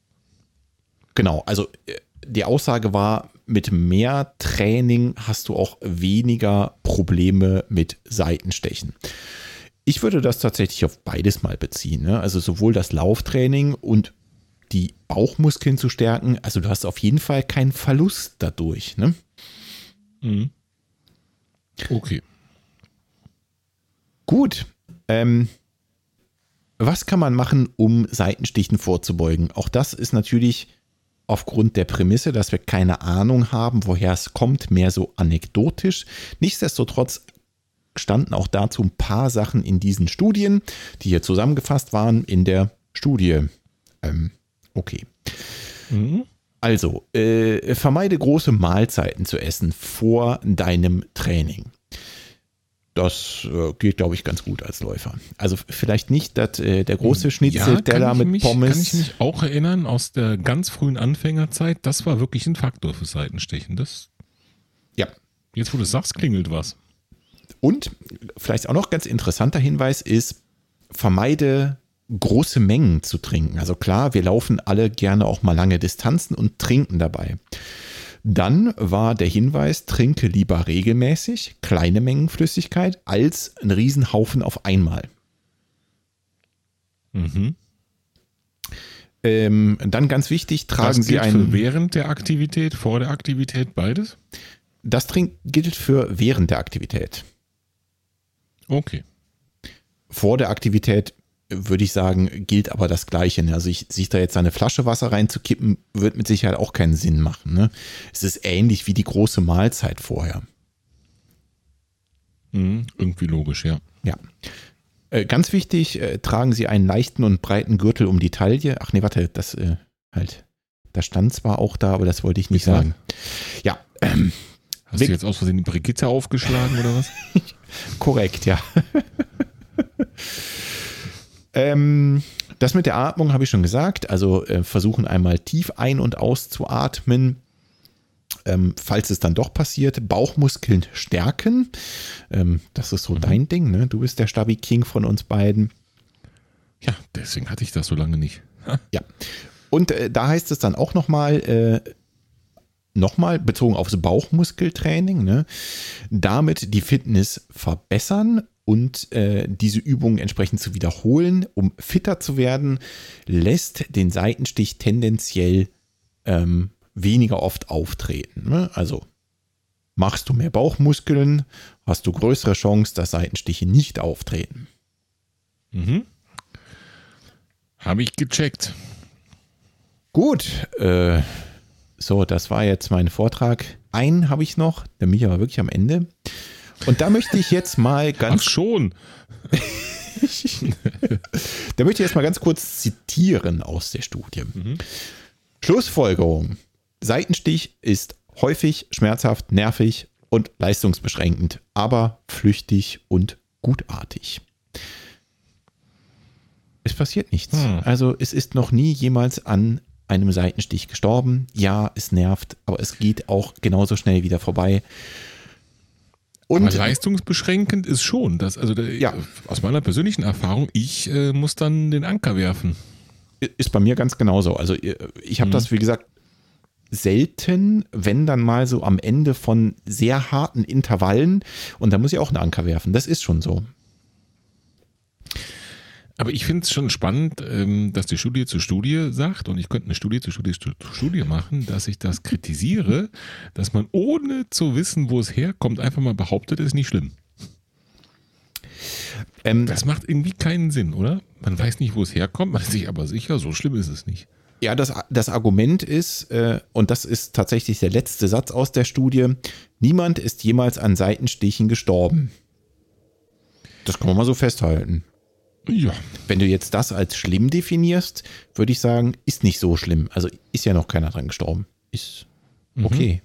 genau, also die Aussage war, mit mehr Training hast du auch weniger Probleme mit Seitenstechen. Ich würde das tatsächlich auf beides mal beziehen, ne? Also sowohl das Lauftraining und die Bauchmuskeln zu stärken, also du hast auf jeden Fall keinen Verlust dadurch, ne? Mhm. Okay. Gut. Ähm, was kann man machen, um Seitenstichen vorzubeugen? Auch das ist natürlich aufgrund der Prämisse, dass wir keine Ahnung haben, woher es kommt, mehr so anekdotisch. Nichtsdestotrotz standen auch dazu ein paar Sachen in diesen Studien, die hier zusammengefasst waren in der Studie. Ähm, Okay. Mhm. Also, äh, vermeide große Mahlzeiten zu essen vor deinem Training. Das äh, geht, glaube ich, ganz gut als Läufer. Also vielleicht nicht das, äh, der große Schnitzelteller ja, mit mich, Pommes. Kann ich mich auch erinnern aus der ganz frühen Anfängerzeit. Das war wirklich ein Faktor für Seitenstechen. Das, ja. Jetzt, wo du es sagst, klingelt was. Und vielleicht auch noch ganz interessanter Hinweis ist, vermeide große Mengen zu trinken. Also klar, wir laufen alle gerne auch mal lange Distanzen und trinken dabei. Dann war der Hinweis, trinke lieber regelmäßig kleine Mengen Flüssigkeit als einen Riesenhaufen auf einmal. Mhm. Ähm, dann ganz wichtig, tragen das Sie gilt einen... für während der Aktivität, vor der Aktivität, beides? Das trink, gilt für während der Aktivität. Okay. Vor der Aktivität würde ich sagen, gilt aber das Gleiche. Also ich, sich da jetzt eine Flasche Wasser reinzukippen, wird mit Sicherheit auch keinen Sinn machen. Ne? Es ist ähnlich wie die große Mahlzeit vorher. Mhm, irgendwie logisch, ja. Ja. Äh, ganz wichtig, äh, tragen Sie einen leichten und breiten Gürtel um die Taille. Ach nee, warte, das äh, halt, das stand zwar auch da, aber das wollte ich nicht Bitte? sagen. Ja. Ähm, Hast du jetzt aus Versehen die Brigitte aufgeschlagen oder was? Korrekt, ja. ähm, das mit der Atmung habe ich schon gesagt. Also äh, versuchen einmal tief ein- und auszuatmen. Ähm, falls es dann doch passiert, Bauchmuskeln stärken. Ähm, das ist so mhm. dein Ding, ne? Du bist der Stabi-King von uns beiden. Ja, deswegen hatte ich das so lange nicht. Ja. Und äh, da heißt es dann auch nochmal, äh, nochmal bezogen aufs Bauchmuskeltraining, ne? Damit die Fitness verbessern und äh, diese Übungen entsprechend zu wiederholen, um fitter zu werden, lässt den Seitenstich tendenziell ähm, weniger oft auftreten. Ne? Also machst du mehr Bauchmuskeln, hast du größere Chance, dass Seitenstiche nicht auftreten. Mhm. Habe ich gecheckt. Gut, äh, so, das war jetzt mein Vortrag. Einen habe ich noch, der mich aber wirklich am Ende. Und da möchte ich jetzt mal ganz... Ach schon! Da möchte ich jetzt mal ganz kurz zitieren aus der Studie. Mhm. Schlussfolgerung. Seitenstich ist häufig schmerzhaft, nervig und leistungsbeschränkend, aber flüchtig und gutartig. Es passiert nichts. Hm. Also es ist noch nie jemals an einem Seitenstich gestorben. Ja, es nervt, aber es geht auch genauso schnell wieder vorbei. Und aber leistungsbeschränkend ist schon, dass, also der, ja. aus meiner persönlichen Erfahrung, ich äh, muss dann den Anker werfen. Ist bei mir ganz genauso. Also ich habe hm. das, wie gesagt, selten, wenn dann mal so am Ende von sehr harten Intervallen und da muss ich auch einen Anker werfen. Das ist schon so. Aber ich finde es schon spannend, dass die Studie zu Studie sagt, und ich könnte eine Studie zu Studie zu Studie machen, dass ich das kritisiere, dass man ohne zu wissen, wo es herkommt, einfach mal behauptet, es ist nicht schlimm. Ähm, das macht irgendwie keinen Sinn, oder? Man weiß nicht, wo es herkommt, man ist sich aber sicher, so schlimm ist es nicht. Ja, das, das Argument ist, äh, und das ist tatsächlich der letzte Satz aus der Studie, niemand ist jemals an Seitenstichen gestorben. Das kann man mal so festhalten. Ja. Wenn du jetzt das als schlimm definierst, würde ich sagen, ist nicht so schlimm. Also ist ja noch keiner dran gestorben. Ist okay.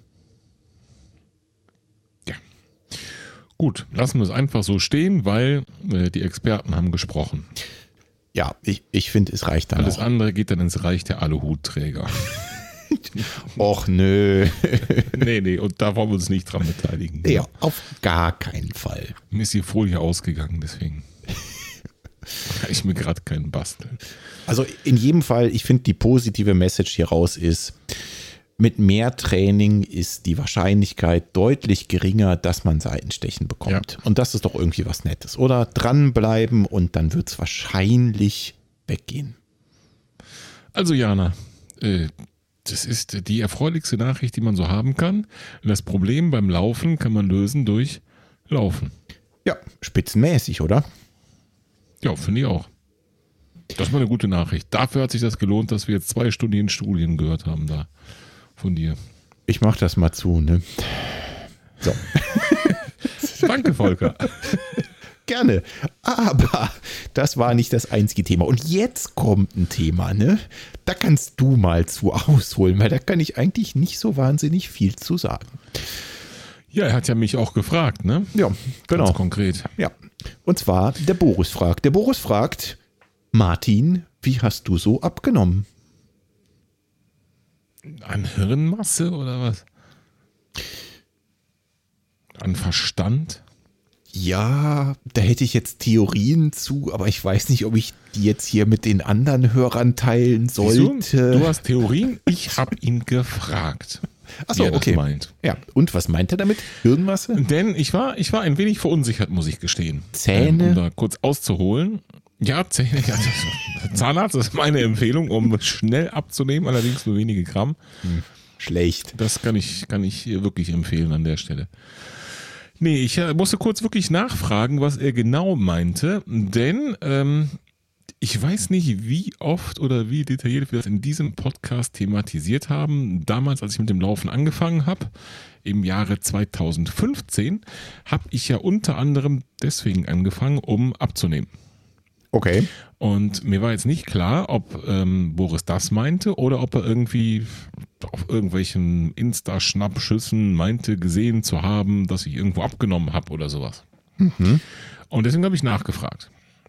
Mhm. Ja. Gut, lassen wir es einfach so stehen, weil äh, die Experten haben gesprochen. Ja, ich, ich finde, es reicht dann Alles auch. andere geht dann ins Reich der Aluhutträger. Och nö. nee, nee, und da wollen wir uns nicht dran beteiligen. Ja, auf gar keinen Fall. Mir ist die Folie ausgegangen, deswegen kann ich mir gerade keinen basteln. Also in jedem Fall, ich finde, die positive Message hier raus ist, mit mehr Training ist die Wahrscheinlichkeit deutlich geringer, dass man Seitenstechen bekommt. Ja. Und das ist doch irgendwie was Nettes. Oder dranbleiben und dann wird es wahrscheinlich weggehen. Also Jana, äh, das ist die erfreulichste Nachricht, die man so haben kann. Das Problem beim Laufen kann man lösen durch Laufen. Ja, spitzenmäßig, oder? Ja, finde ich auch. Das war eine gute Nachricht. Dafür hat sich das gelohnt, dass wir jetzt zwei Studien Studien gehört haben da von dir. Ich mach das mal zu, ne? So. Danke, Volker. Gerne. Aber das war nicht das einzige Thema. Und jetzt kommt ein Thema, ne? Da kannst du mal zu ausholen, weil da kann ich eigentlich nicht so wahnsinnig viel zu sagen. Ja, er hat ja mich auch gefragt, ne? Ja, genau. Ganz konkret. Ja. Und zwar der Boris fragt. Der Boris fragt, Martin, wie hast du so abgenommen? An Hirnmasse oder was? An Verstand? Ja, da hätte ich jetzt Theorien zu, aber ich weiß nicht, ob ich die jetzt hier mit den anderen Hörern teilen sollte. Du hast Theorien? Ich habe ihn gefragt. Achso, okay. Meint. Ja, und was meint er damit? Hirnmasse? Denn ich war, ich war ein wenig verunsichert, muss ich gestehen. Zähne? Ähm, um da kurz auszuholen. Ja, Zähne. Ja, Zahnarzt ist meine Empfehlung, um schnell abzunehmen, allerdings nur wenige Gramm. Hm, schlecht. Das kann ich, kann ich wirklich empfehlen an der Stelle. Nee, ich musste kurz wirklich nachfragen, was er genau meinte, denn ähm, ich weiß nicht, wie oft oder wie detailliert wir das in diesem Podcast thematisiert haben. Damals, als ich mit dem Laufen angefangen habe, im Jahre zweitausendfünfzehn, habe ich ja unter anderem deswegen angefangen, um abzunehmen. Okay. Und mir war jetzt nicht klar, ob ähm, Boris das meinte oder ob er irgendwie auf irgendwelchen Insta-Schnappschüssen meinte, gesehen zu haben, dass ich irgendwo abgenommen habe oder sowas. Mhm. Und deswegen habe ich nachgefragt.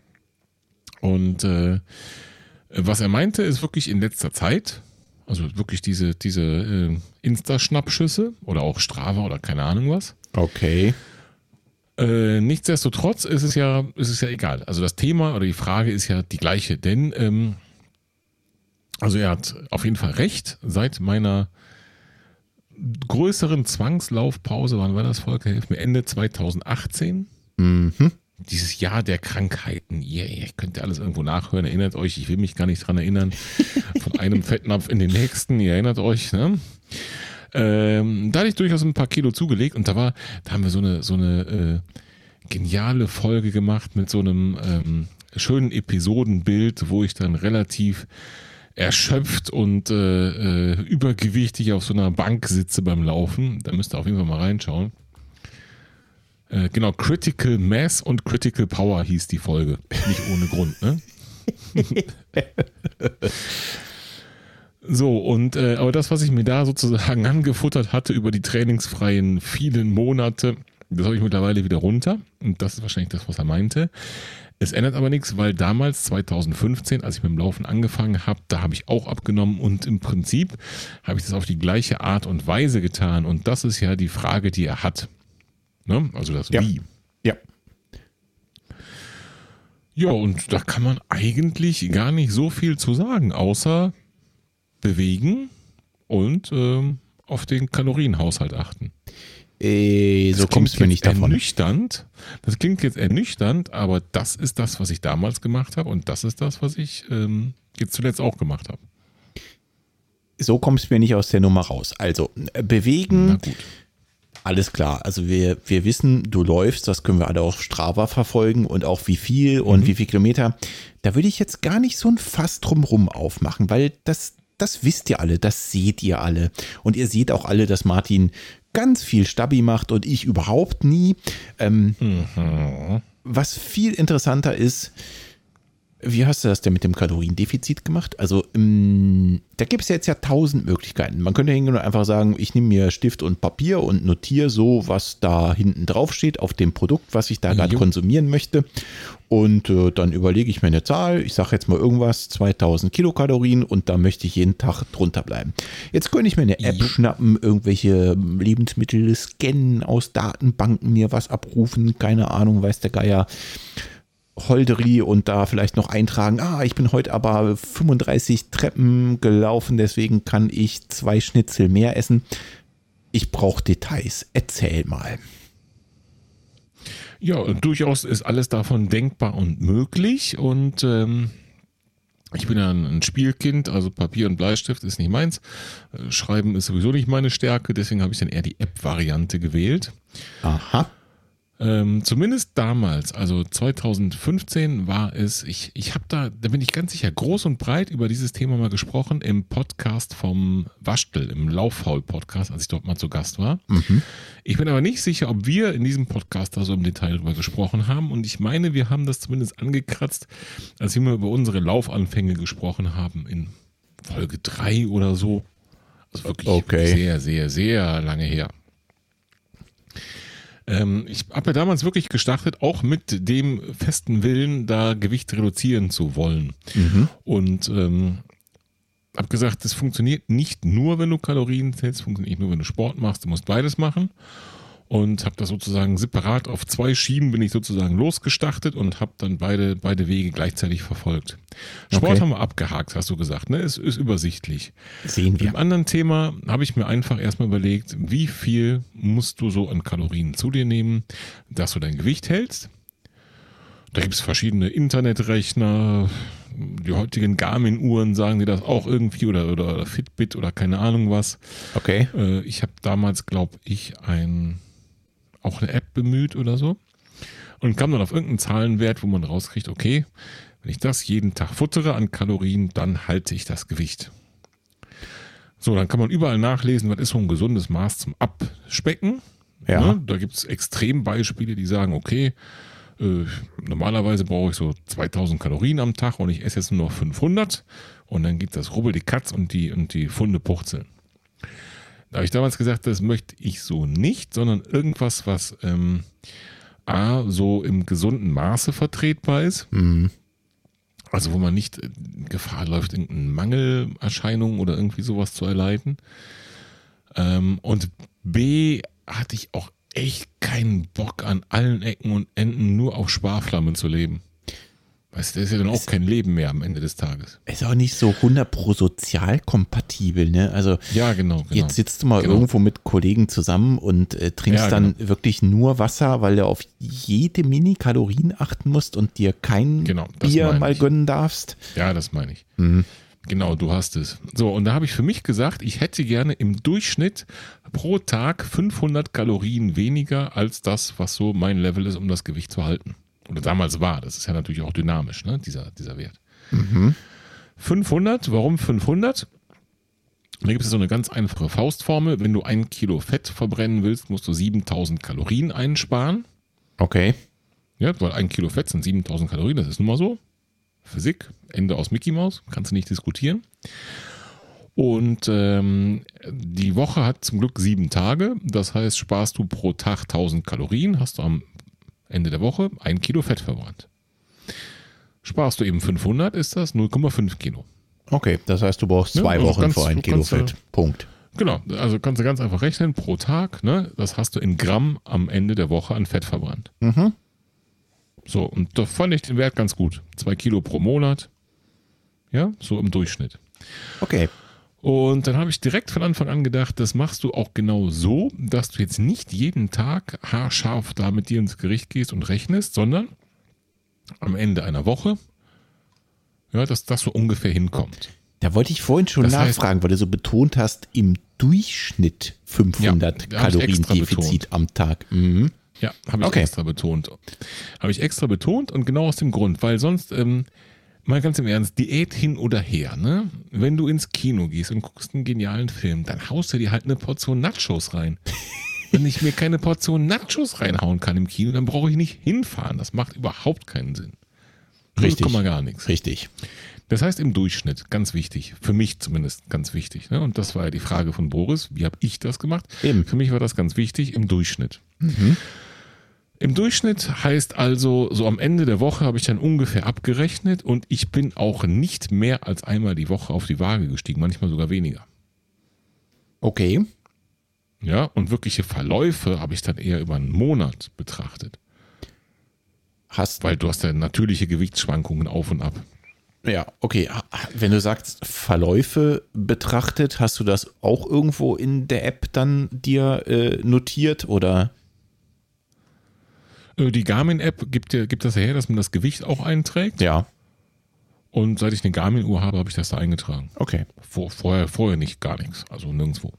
Und äh, was er meinte, ist wirklich in letzter Zeit, also wirklich diese, diese äh, Insta-Schnappschüsse oder auch Strava oder keine Ahnung was. Okay. Äh, nichtsdestotrotz ist es ja, ist es ja egal. Also das Thema oder die Frage ist ja die gleiche, denn ähm, also er hat auf jeden Fall recht. Seit meiner größeren Zwangslaufpause, wann war das, Volker? Hilf mir, Ende zweitausendachtzehn. Mhm. Dieses Jahr der Krankheiten. Ihr, ihr könnt ja alles irgendwo nachhören. Erinnert euch, ich will mich gar nicht dran erinnern. Von einem Fettnapf in den nächsten. Ihr erinnert euch, ne? Ähm, da hatte ich durchaus ein paar Kilo zugelegt und da war, da haben wir so eine, so eine äh, geniale Folge gemacht mit so einem ähm, schönen Episodenbild, wo ich dann relativ erschöpft und äh, äh, übergewichtig auf so einer Bank sitze beim Laufen. Da müsst ihr auf jeden Fall mal reinschauen. Äh, genau, Critical Mass und Critical Power hieß die Folge. Nicht ohne Grund, ne? So, und äh, aber das, was ich mir da sozusagen angefuttert hatte über die trainingsfreien vielen Monate, das habe ich mittlerweile wieder runter. Und das ist wahrscheinlich das, was er meinte. Es ändert aber nichts, weil damals, zwanzig fünfzehn, als ich mit dem Laufen angefangen habe, da habe ich auch abgenommen und im Prinzip habe ich das auf die gleiche Art und Weise getan. Und das ist ja die Frage, die er hat. Ne? Also das ja. Wie. Ja. Ja, und da kann man eigentlich gar nicht so viel zu sagen, außer bewegen und ähm, auf den Kalorienhaushalt achten. Äh, so kommst du nicht davon. Ernüchternd. Das klingt jetzt ernüchternd, aber das ist das, was ich damals gemacht habe und das ist das, was ich ähm, jetzt zuletzt auch gemacht habe. So kommst du mir nicht aus der Nummer raus. Also, äh, bewegen, Na gut. Alles klar. Also wir, wir wissen, du läufst, das können wir alle auf Strava verfolgen und auch wie viel und mhm. wie viel Kilometer. Da würde ich jetzt gar nicht so ein Fass drumrum aufmachen, weil das, das wisst ihr alle, das seht ihr alle. Und ihr seht auch alle, dass Martin ganz viel Stabi macht und ich überhaupt nie. Ähm, mhm. Was viel interessanter ist, wie hast du das denn mit dem Kaloriendefizit gemacht? Also ähm, da gibt es jetzt ja tausend Möglichkeiten. Man könnte hingehen und einfach sagen, ich nehme mir Stift und Papier und notiere so, was da hinten drauf steht auf dem Produkt, was ich da gerade konsumieren möchte. Und äh, dann überlege ich mir eine Zahl, ich sage jetzt mal irgendwas, zweitausend Kilokalorien und da möchte ich jeden Tag drunter bleiben. Jetzt könnte ich mir eine App jo. schnappen, irgendwelche Lebensmittel scannen, aus Datenbanken mir was abrufen, keine Ahnung, weiß der Geier. Holderie und da vielleicht noch eintragen, ah, ich bin heute aber fünfunddreißig Treppen gelaufen, deswegen kann ich zwei Schnitzel mehr essen. Ich brauche Details. Erzähl mal. Ja, durchaus ist alles davon denkbar und möglich und ähm, ich bin ja ein Spielkind, also Papier und Bleistift ist nicht meins. Schreiben ist sowieso nicht meine Stärke, deswegen habe ich dann eher die App-Variante gewählt. Aha. Ähm, zumindest damals, also zwanzig fünfzehn war es, ich, ich habe da, da bin ich ganz sicher groß und breit über dieses Thema mal gesprochen im Podcast vom Waschtel, im Lauffaul-Podcast, als ich dort mal zu Gast war. Mhm. Ich bin aber nicht sicher, ob wir in diesem Podcast da so im Detail drüber gesprochen haben und ich meine, wir haben das zumindest angekratzt, als wir mal über unsere Laufanfänge gesprochen haben in Folge drei oder so. Also wirklich okay. sehr, sehr, sehr lange her. Ähm, ich habe ja damals wirklich gestartet, auch mit dem festen Willen, da Gewicht reduzieren zu wollen. Mhm. Und ähm, habe gesagt, das funktioniert nicht nur, wenn du Kalorien zählst, funktioniert nicht nur, wenn du Sport machst, du musst beides machen. Und habe das sozusagen separat auf zwei Schienen bin ich sozusagen losgestartet und habe dann beide, beide Wege gleichzeitig verfolgt. Sport okay. haben wir abgehakt, hast du gesagt, ne? Es ist übersichtlich. Sehen wir. Beim anderen Thema habe ich mir einfach erstmal überlegt, wie viel musst du so an Kalorien zu dir nehmen, dass du dein Gewicht hältst. Da gibt es verschiedene Internetrechner, die heutigen Garmin-Uhren sagen dir das auch irgendwie oder, oder Fitbit oder keine Ahnung was. Okay. Äh, ich habe damals, glaube ich, ein... auch eine App bemüht oder so und kam dann auf irgendeinen Zahlenwert, wo man rauskriegt, okay, wenn ich das jeden Tag futtere an Kalorien, dann halte ich das Gewicht. So, dann kann man überall nachlesen, was ist so ein gesundes Maß zum Abspecken. Ja. Ne? Da gibt es Extrembeispiele, die sagen, okay, äh, normalerweise brauche ich so zweitausend Kalorien am Tag und ich esse jetzt nur noch fünfhundert und dann geht das rubbel die Katz und die, und die Funde purzeln. Da habe ich damals gesagt, das möchte ich so nicht, sondern irgendwas, was ähm, A, so im gesunden Maße vertretbar ist. Mhm. Also wo man nicht in Gefahr läuft, irgendeine Mangelerscheinung oder irgendwie sowas zu erleiden. Ähm, und B, hatte ich auch echt keinen Bock, an allen Ecken und Enden nur auf Sparflamme zu leben. Weißt du, das ist ja dann auch ist, kein Leben mehr am Ende des Tages. Ist auch nicht so hundert Prozent sozialkompatibel, ne? Also ja, genau, genau. Jetzt sitzt du mal genau. irgendwo mit Kollegen zusammen und äh, trinkst ja, dann genau. wirklich nur Wasser, weil du auf jede Mini-Kalorien achten musst und dir kein genau, Bier mal ich. gönnen darfst. Ja, das meine ich. Mhm. Genau, du hast es. So, und da habe ich für mich gesagt, ich hätte gerne im Durchschnitt pro Tag fünfhundert Kalorien weniger als das, was so mein Level ist, um das Gewicht zu halten. Oder damals war, das ist ja natürlich auch dynamisch, ne, dieser, dieser Wert. Mhm. fünfhundert, warum fünfhundert? Da gibt es so eine ganz einfache Faustformel. Wenn du ein Kilo Fett verbrennen willst, musst du siebentausend Kalorien einsparen. Okay. Ja, weil ein Kilo Fett sind siebentausend Kalorien, das ist nun mal so. Physik, Ende aus Mickey Mouse, kannst du nicht diskutieren. Und ähm, die Woche hat zum Glück sieben Tage. Das heißt, sparst du pro Tag tausend Kalorien, hast du am Ende der Woche ein Kilo Fett verbrannt. Sparst du eben fünfhundert, ist das null Komma fünf Kilo. Okay, das heißt, du brauchst zwei ja, also Wochen ganz, für ein Kilo Fett. Punkt. Genau, also kannst du ganz einfach rechnen, pro Tag, ne, das hast du in Gramm am Ende der Woche an Fett verbrannt. Mhm. So, und da fand ich den Wert ganz gut. Zwei Kilo pro Monat. Ja, so im Durchschnitt. Okay. Und dann habe ich direkt von Anfang an gedacht, das machst du auch genau so, dass du jetzt nicht jeden Tag haarscharf da mit dir ins Gericht gehst und rechnest, sondern am Ende einer Woche, ja, dass das so ungefähr hinkommt. Da wollte ich vorhin schon das nachfragen, heißt, weil du so betont hast, im Durchschnitt fünfhundert ja, Kalorien Defizit am Tag. Mhm. Ja, habe ich okay. extra betont. Habe ich extra betont und genau aus dem Grund, weil sonst... Ähm, Mal ganz im Ernst, Diät hin oder her, ne? Wenn du ins Kino gehst und guckst einen genialen Film, dann haust du dir halt eine Portion Nachos rein. Wenn ich mir keine Portion Nachos reinhauen kann im Kino, dann brauche ich nicht hinfahren. Das macht überhaupt keinen Sinn. Richtig. Kommt mal gar nichts. Richtig. Das heißt im Durchschnitt, ganz wichtig, für mich zumindest ganz wichtig, ne? Und das war ja die Frage von Boris, wie habe ich das gemacht? Eben. Für mich war das ganz wichtig, im Durchschnitt. Mhm. Im Durchschnitt heißt also, so am Ende der Woche habe ich dann ungefähr abgerechnet und ich bin auch nicht mehr als einmal die Woche auf die Waage gestiegen, manchmal sogar weniger. Okay. Ja, und wirkliche Verläufe habe ich dann eher über einen Monat betrachtet. Hast Weil du hast ja natürliche Gewichtsschwankungen auf und ab. Ja, okay. Wenn du sagst Verläufe betrachtet, hast du das auch irgendwo in der App dann dir äh, notiert oder? Die Garmin-App gibt, ja, gibt das ja her, dass man das Gewicht auch einträgt. Ja. Und seit ich eine Garmin-Uhr habe, habe ich das da eingetragen. Okay. Vor, vorher, vorher nicht, gar nichts. Also nirgendwo.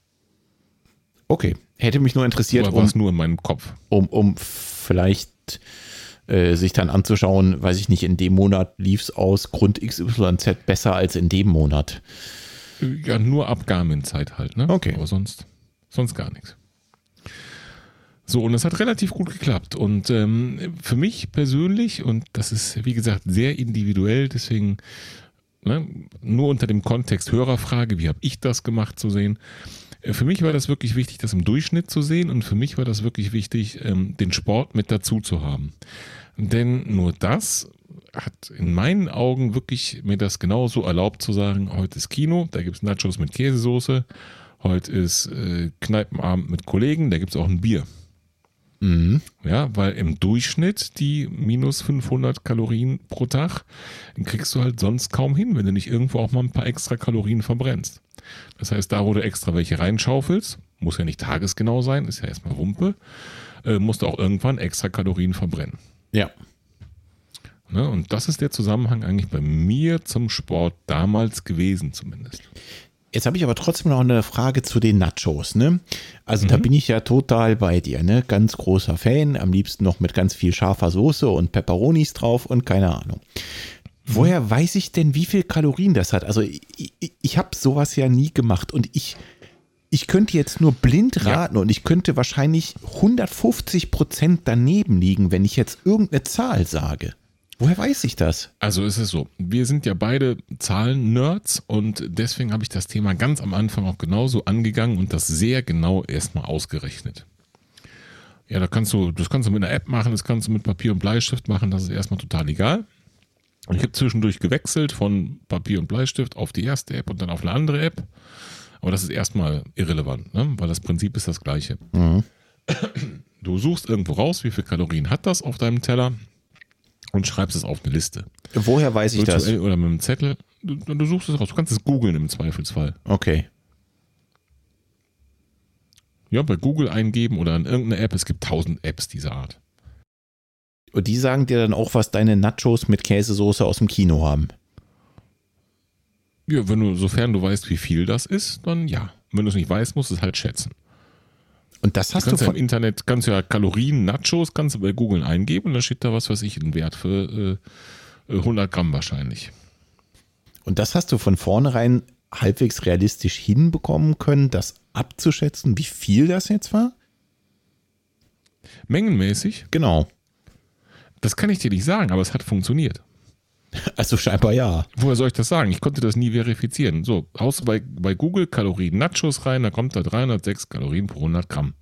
Okay. Hätte mich nur interessiert, Oder war es um, nur in meinem Kopf? Um, um vielleicht äh, sich dann anzuschauen, weiß ich nicht, in dem Monat lief es aus Grund X Y Z besser als in dem Monat. Ja, nur ab Garmin-Zeit halt, ne? Okay. Aber sonst, sonst gar nichts. So, und es hat relativ gut geklappt. Und ähm, für mich persönlich, und das ist, wie gesagt, sehr individuell, deswegen ne, nur unter dem Kontext Hörerfrage, wie habe ich das gemacht zu sehen. Für mich war das wirklich wichtig, das im Durchschnitt zu sehen, und für mich war das wirklich wichtig, ähm, den Sport mit dazu zu haben. Denn nur das hat in meinen Augen wirklich mir das genauso erlaubt zu sagen, heute ist Kino, da gibt es Nachos mit Käsesoße, heute ist äh, Kneipenabend mit Kollegen, da gibt es auch ein Bier. Mhm. Ja, weil im Durchschnitt die minus fünfhundert Kalorien pro Tag kriegst du halt sonst kaum hin, wenn du nicht irgendwo auch mal ein paar extra Kalorien verbrennst. Das heißt, da wo du extra welche reinschaufelst, muss ja nicht tagesgenau sein, ist ja erstmal Wumpe, äh, musst du auch irgendwann extra Kalorien verbrennen. Ja. Ne, und das ist der Zusammenhang eigentlich bei mir zum Sport damals gewesen zumindest. Jetzt habe ich aber trotzdem noch eine Frage zu den Nachos, ne? Also mhm. da bin ich ja total bei dir, ne? Ganz großer Fan, am liebsten noch mit ganz viel scharfer Soße und Peperonis drauf und keine Ahnung. Mhm. Woher weiß ich denn, wie viel Kalorien das hat? Also ich, ich, ich habe sowas ja nie gemacht und ich, ich könnte jetzt nur blind raten ja. und ich könnte wahrscheinlich hundertfünfzig Prozent daneben liegen, wenn ich jetzt irgendeine Zahl sage. Woher weiß ich das? Also ist es so, wir sind ja beide Zahlen-Nerds und deswegen habe ich das Thema ganz am Anfang auch genauso angegangen und das sehr genau erstmal ausgerechnet. Ja, da kannst du, das kannst du mit einer App machen, das kannst du mit Papier und Bleistift machen, das ist erstmal total egal. Und ich habe zwischendurch gewechselt von Papier und Bleistift auf die erste App und dann auf eine andere App. Aber das ist erstmal irrelevant, ne? Weil das Prinzip ist das gleiche. Mhm. Du suchst irgendwo raus, wie viele Kalorien hat das auf deinem Teller und schreibst es auf eine Liste. Woher weiß ich Virtuell das? Oder mit einem Zettel. Du, du suchst es raus. Du kannst es googeln im Zweifelsfall. Okay. Ja, bei Google eingeben oder in irgendeiner App. Es gibt tausend Apps dieser Art. Und die sagen dir dann auch, was deine Nachos mit Käsesoße aus dem Kino haben? Ja, wenn du, sofern du weißt, wie viel das ist, dann ja. Wenn du es nicht weißt, musst du es halt schätzen. Und das hast du, kannst du ja im Internet, kannst du ja Kalorien, Nachos, kannst du bei Google eingeben und dann steht da was weiß ich, ein Wert für äh, hundert Gramm wahrscheinlich. Und das hast du von vornherein halbwegs realistisch hinbekommen können, das abzuschätzen, wie viel das jetzt war? Mengenmäßig? Genau. Das kann ich dir nicht sagen, aber es hat funktioniert. Also scheinbar ja. Woher soll ich das sagen? Ich konnte das nie verifizieren. So, haust du bei, bei Google Kalorien Nachos rein, da kommt da dreihundertsechs Kalorien pro hundert Gramm.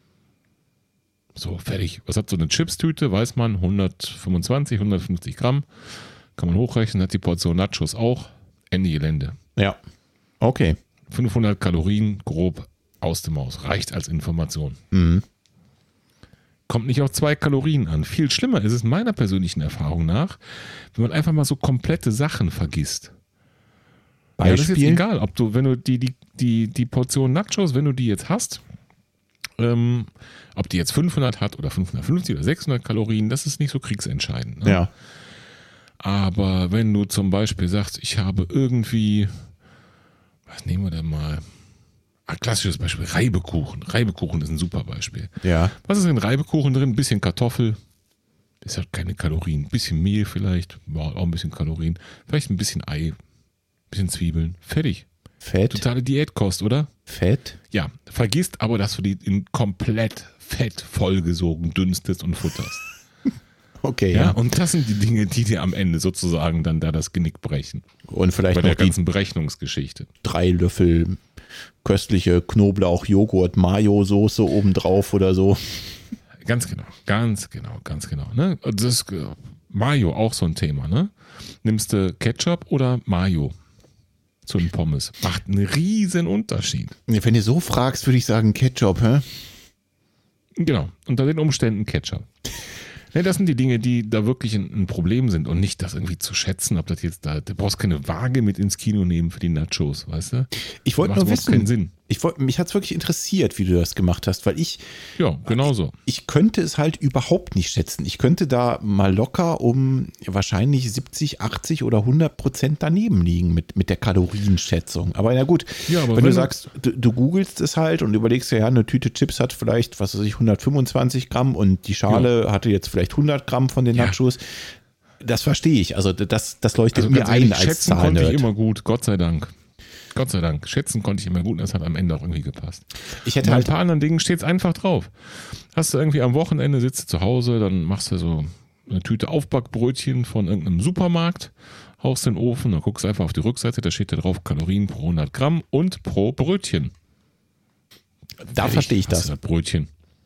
So, fertig. Was hat so eine Chips-Tüte? Weiß man, hundertfünfundzwanzig, hundertfünfzig Gramm. Kann man hochrechnen, hat die Portion Nachos auch. Ende Gelände. Ja, okay. fünfhundert Kalorien grob aus dem Maus. Reicht als Information. Mhm. Kommt nicht auf zwei Kalorien an. Viel schlimmer ist es meiner persönlichen Erfahrung nach, wenn man einfach mal so komplette Sachen vergisst. Beispiel? Ja, das ist jetzt egal, ob du, wenn du die, die, die, die Portion Nachos, wenn du die jetzt hast, ähm, ob die jetzt fünfhundert hat oder fünfhundertfünfzig oder sechshundert Kalorien, das ist nicht so kriegsentscheidend. Ne? Ja. Aber wenn du zum Beispiel sagst, ich habe irgendwie, was nehmen wir denn mal? Ein klassisches Beispiel, Reibekuchen. Reibekuchen ist ein super Beispiel. Ja. Was ist in Reibekuchen drin? Ein bisschen Kartoffel. Das hat keine Kalorien. Ein bisschen Mehl vielleicht. Auch ein bisschen Kalorien. Vielleicht ein bisschen Ei. Ein bisschen Zwiebeln. Fertig. Fett. Totale Diätkost, oder? Fett. Ja. Vergisst aber, dass du die in komplett Fett vollgesogen dünstest und futterst. Okay, Ja, ja. und das sind die Dinge, die dir am Ende sozusagen dann da das Genick brechen. Und vielleicht Bei noch der die ganzen Berechnungsgeschichte. drei Löffel köstliche Knoblauch-Joghurt-Mayo-Soße obendrauf oder so. Ganz genau, ganz genau, ganz genau. Ne? Das ist, äh, Mayo auch so ein Thema. Ne? Nimmst du Ketchup oder Mayo zu den Pommes? Macht einen riesen Unterschied. Wenn du so fragst, würde ich sagen Ketchup, hä? Genau, unter den Umständen Ketchup. Ne, das sind die Dinge, die da wirklich ein, ein Problem sind und nicht das irgendwie zu schätzen, ob das jetzt da, du brauchst keine Waage mit ins Kino nehmen für die Nachos, weißt du? Ich wollte Macht nur überhaupt wissen, keinen Sinn. Ich wollt, mich hat es wirklich interessiert, wie du das gemacht hast, weil ich, Ja, genau so. ich könnte es halt überhaupt nicht schätzen. Ich könnte da mal locker um wahrscheinlich siebzig, achtzig oder hundert Prozent daneben liegen mit, mit der Kalorienschätzung. Aber na gut, Ja, aber wenn, du wenn- sagst, du, du googelst es halt und überlegst ja, eine Tüte Chips hat vielleicht, was weiß ich, hundertfünfundzwanzig Gramm und die Schale hatte jetzt vielleicht hundert Gramm von den Ja. Nachos. Das verstehe ich. Also das, das leuchtet Also mir ganz ein ehrlich, als schätzen konnte ich Zahlnerd. immer gut, Gott sei Dank. Gott sei Dank. Schätzen konnte ich immer gut und das hat am Ende auch irgendwie gepasst. Ich hätte Bei ein halt, paar anderen Dingen steht es einfach drauf. Hast du irgendwie am Wochenende, sitzt du zu Hause, dann machst du so eine Tüte Aufbackbrötchen von irgendeinem Supermarkt, haust in den Ofen, dann guckst du einfach auf die Rückseite, da steht da drauf Kalorien pro hundert Gramm und pro Brötchen. da Fertig, verstehe ich hast das. du das Brötchen.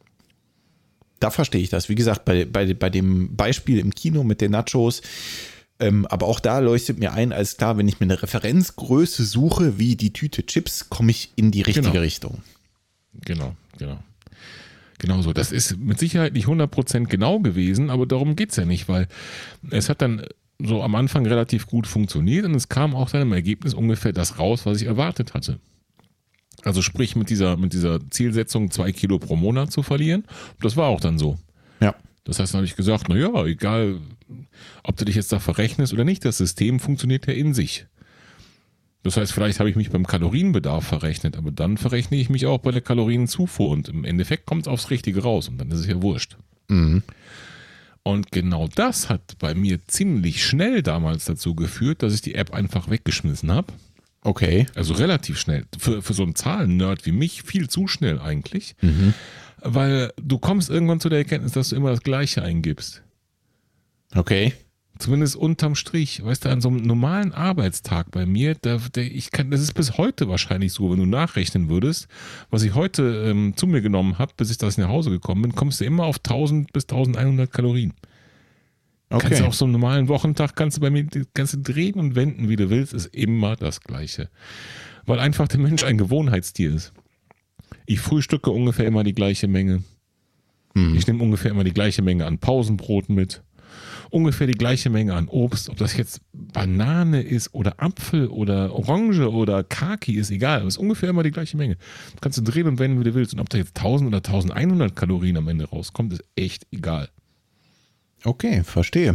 Da verstehe ich das. Wie gesagt, bei, bei, bei dem Beispiel im Kino mit den Nachos, ähm, aber auch da leuchtet mir ein, als klar, wenn ich mir eine Referenzgröße suche, wie die Tüte Chips, komme ich in die richtige Genau. Richtung. Genau, genau. Genau so. Das ist mit Sicherheit nicht hundert Prozent genau gewesen, aber darum geht es ja nicht, weil es hat dann so am Anfang relativ gut funktioniert und es kam auch dann im Ergebnis ungefähr das raus, was ich erwartet hatte. Also sprich mit dieser, mit dieser Zielsetzung, zwei Kilo pro Monat zu verlieren. Das war auch dann so. Ja. Das heißt, dann habe ich gesagt, naja, egal, ob du dich jetzt da verrechnest oder nicht, das System funktioniert ja in sich. Das heißt, vielleicht habe ich mich beim Kalorienbedarf verrechnet, aber dann verrechne ich mich auch bei der Kalorienzufuhr und im Endeffekt kommt es aufs Richtige raus und dann ist es ja wurscht. Mhm. Und genau das hat bei mir ziemlich schnell damals dazu geführt, dass ich die App einfach weggeschmissen habe. Okay. Also relativ schnell. Für, für so einen Zahlen-Nerd wie mich viel zu schnell eigentlich. Mhm. Weil du kommst irgendwann zu der Erkenntnis, dass du immer das Gleiche eingibst. Okay. Zumindest unterm Strich. Weißt du, an so einem normalen Arbeitstag bei mir, da, der, ich kann, das ist bis heute wahrscheinlich so, wenn du nachrechnen würdest, was ich heute ähm, zu mir genommen habe, bis ich das nach Hause gekommen bin, kommst du immer auf tausend bis eintausendeinhundert Kalorien. Kannst Okay. du auf so einem normalen Wochentag, kannst du bei mir das Ganze drehen und wenden, wie du willst, ist immer das Gleiche. Weil einfach der Mensch ein Gewohnheitstier ist. Ich frühstücke ungefähr immer die gleiche Menge. Hm. Ich nehme ungefähr immer die gleiche Menge an Pausenbrot mit. Ungefähr die gleiche Menge an Obst. Ob das jetzt Banane ist oder Apfel oder Orange oder Kaki, ist egal. Aber es ist ungefähr immer die gleiche Menge. Kannst du drehen und wenden, wie du willst. Und ob da jetzt tausend oder eintausendeinhundert Kalorien am Ende rauskommt, ist echt egal. Okay, verstehe.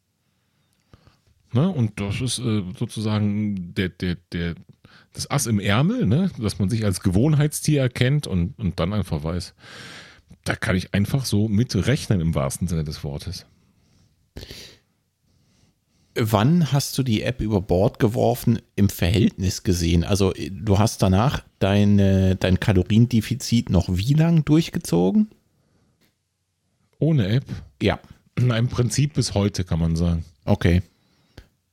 Ne? Und das ist äh, sozusagen der, der, der, das Ass im Ärmel, ne? Dass man sich als Gewohnheitstier erkennt und, und dann einfach weiß, da kann ich einfach so mitrechnen im wahrsten Sinne des Wortes. Wann hast du die App über Bord geworfen im Verhältnis gesehen? Also du hast danach deine, dein Kaloriendefizit noch wie lang durchgezogen? Ohne App? Ja. Na, im Prinzip bis heute, kann man sagen. Okay.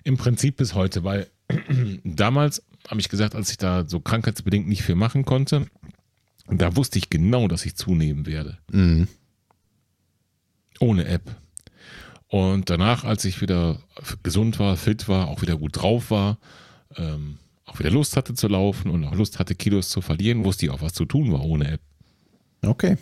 Im Prinzip bis heute, weil damals habe ich gesagt, als ich da so krankheitsbedingt nicht viel machen konnte, da wusste ich genau, dass ich zunehmen werde. Mhm. Ohne App. Und danach, als ich wieder gesund war, fit war, auch wieder gut drauf war, ähm, auch wieder Lust hatte zu laufen und auch Lust hatte, Kilos zu verlieren, wusste ich auch, was zu tun war ohne App. Okay.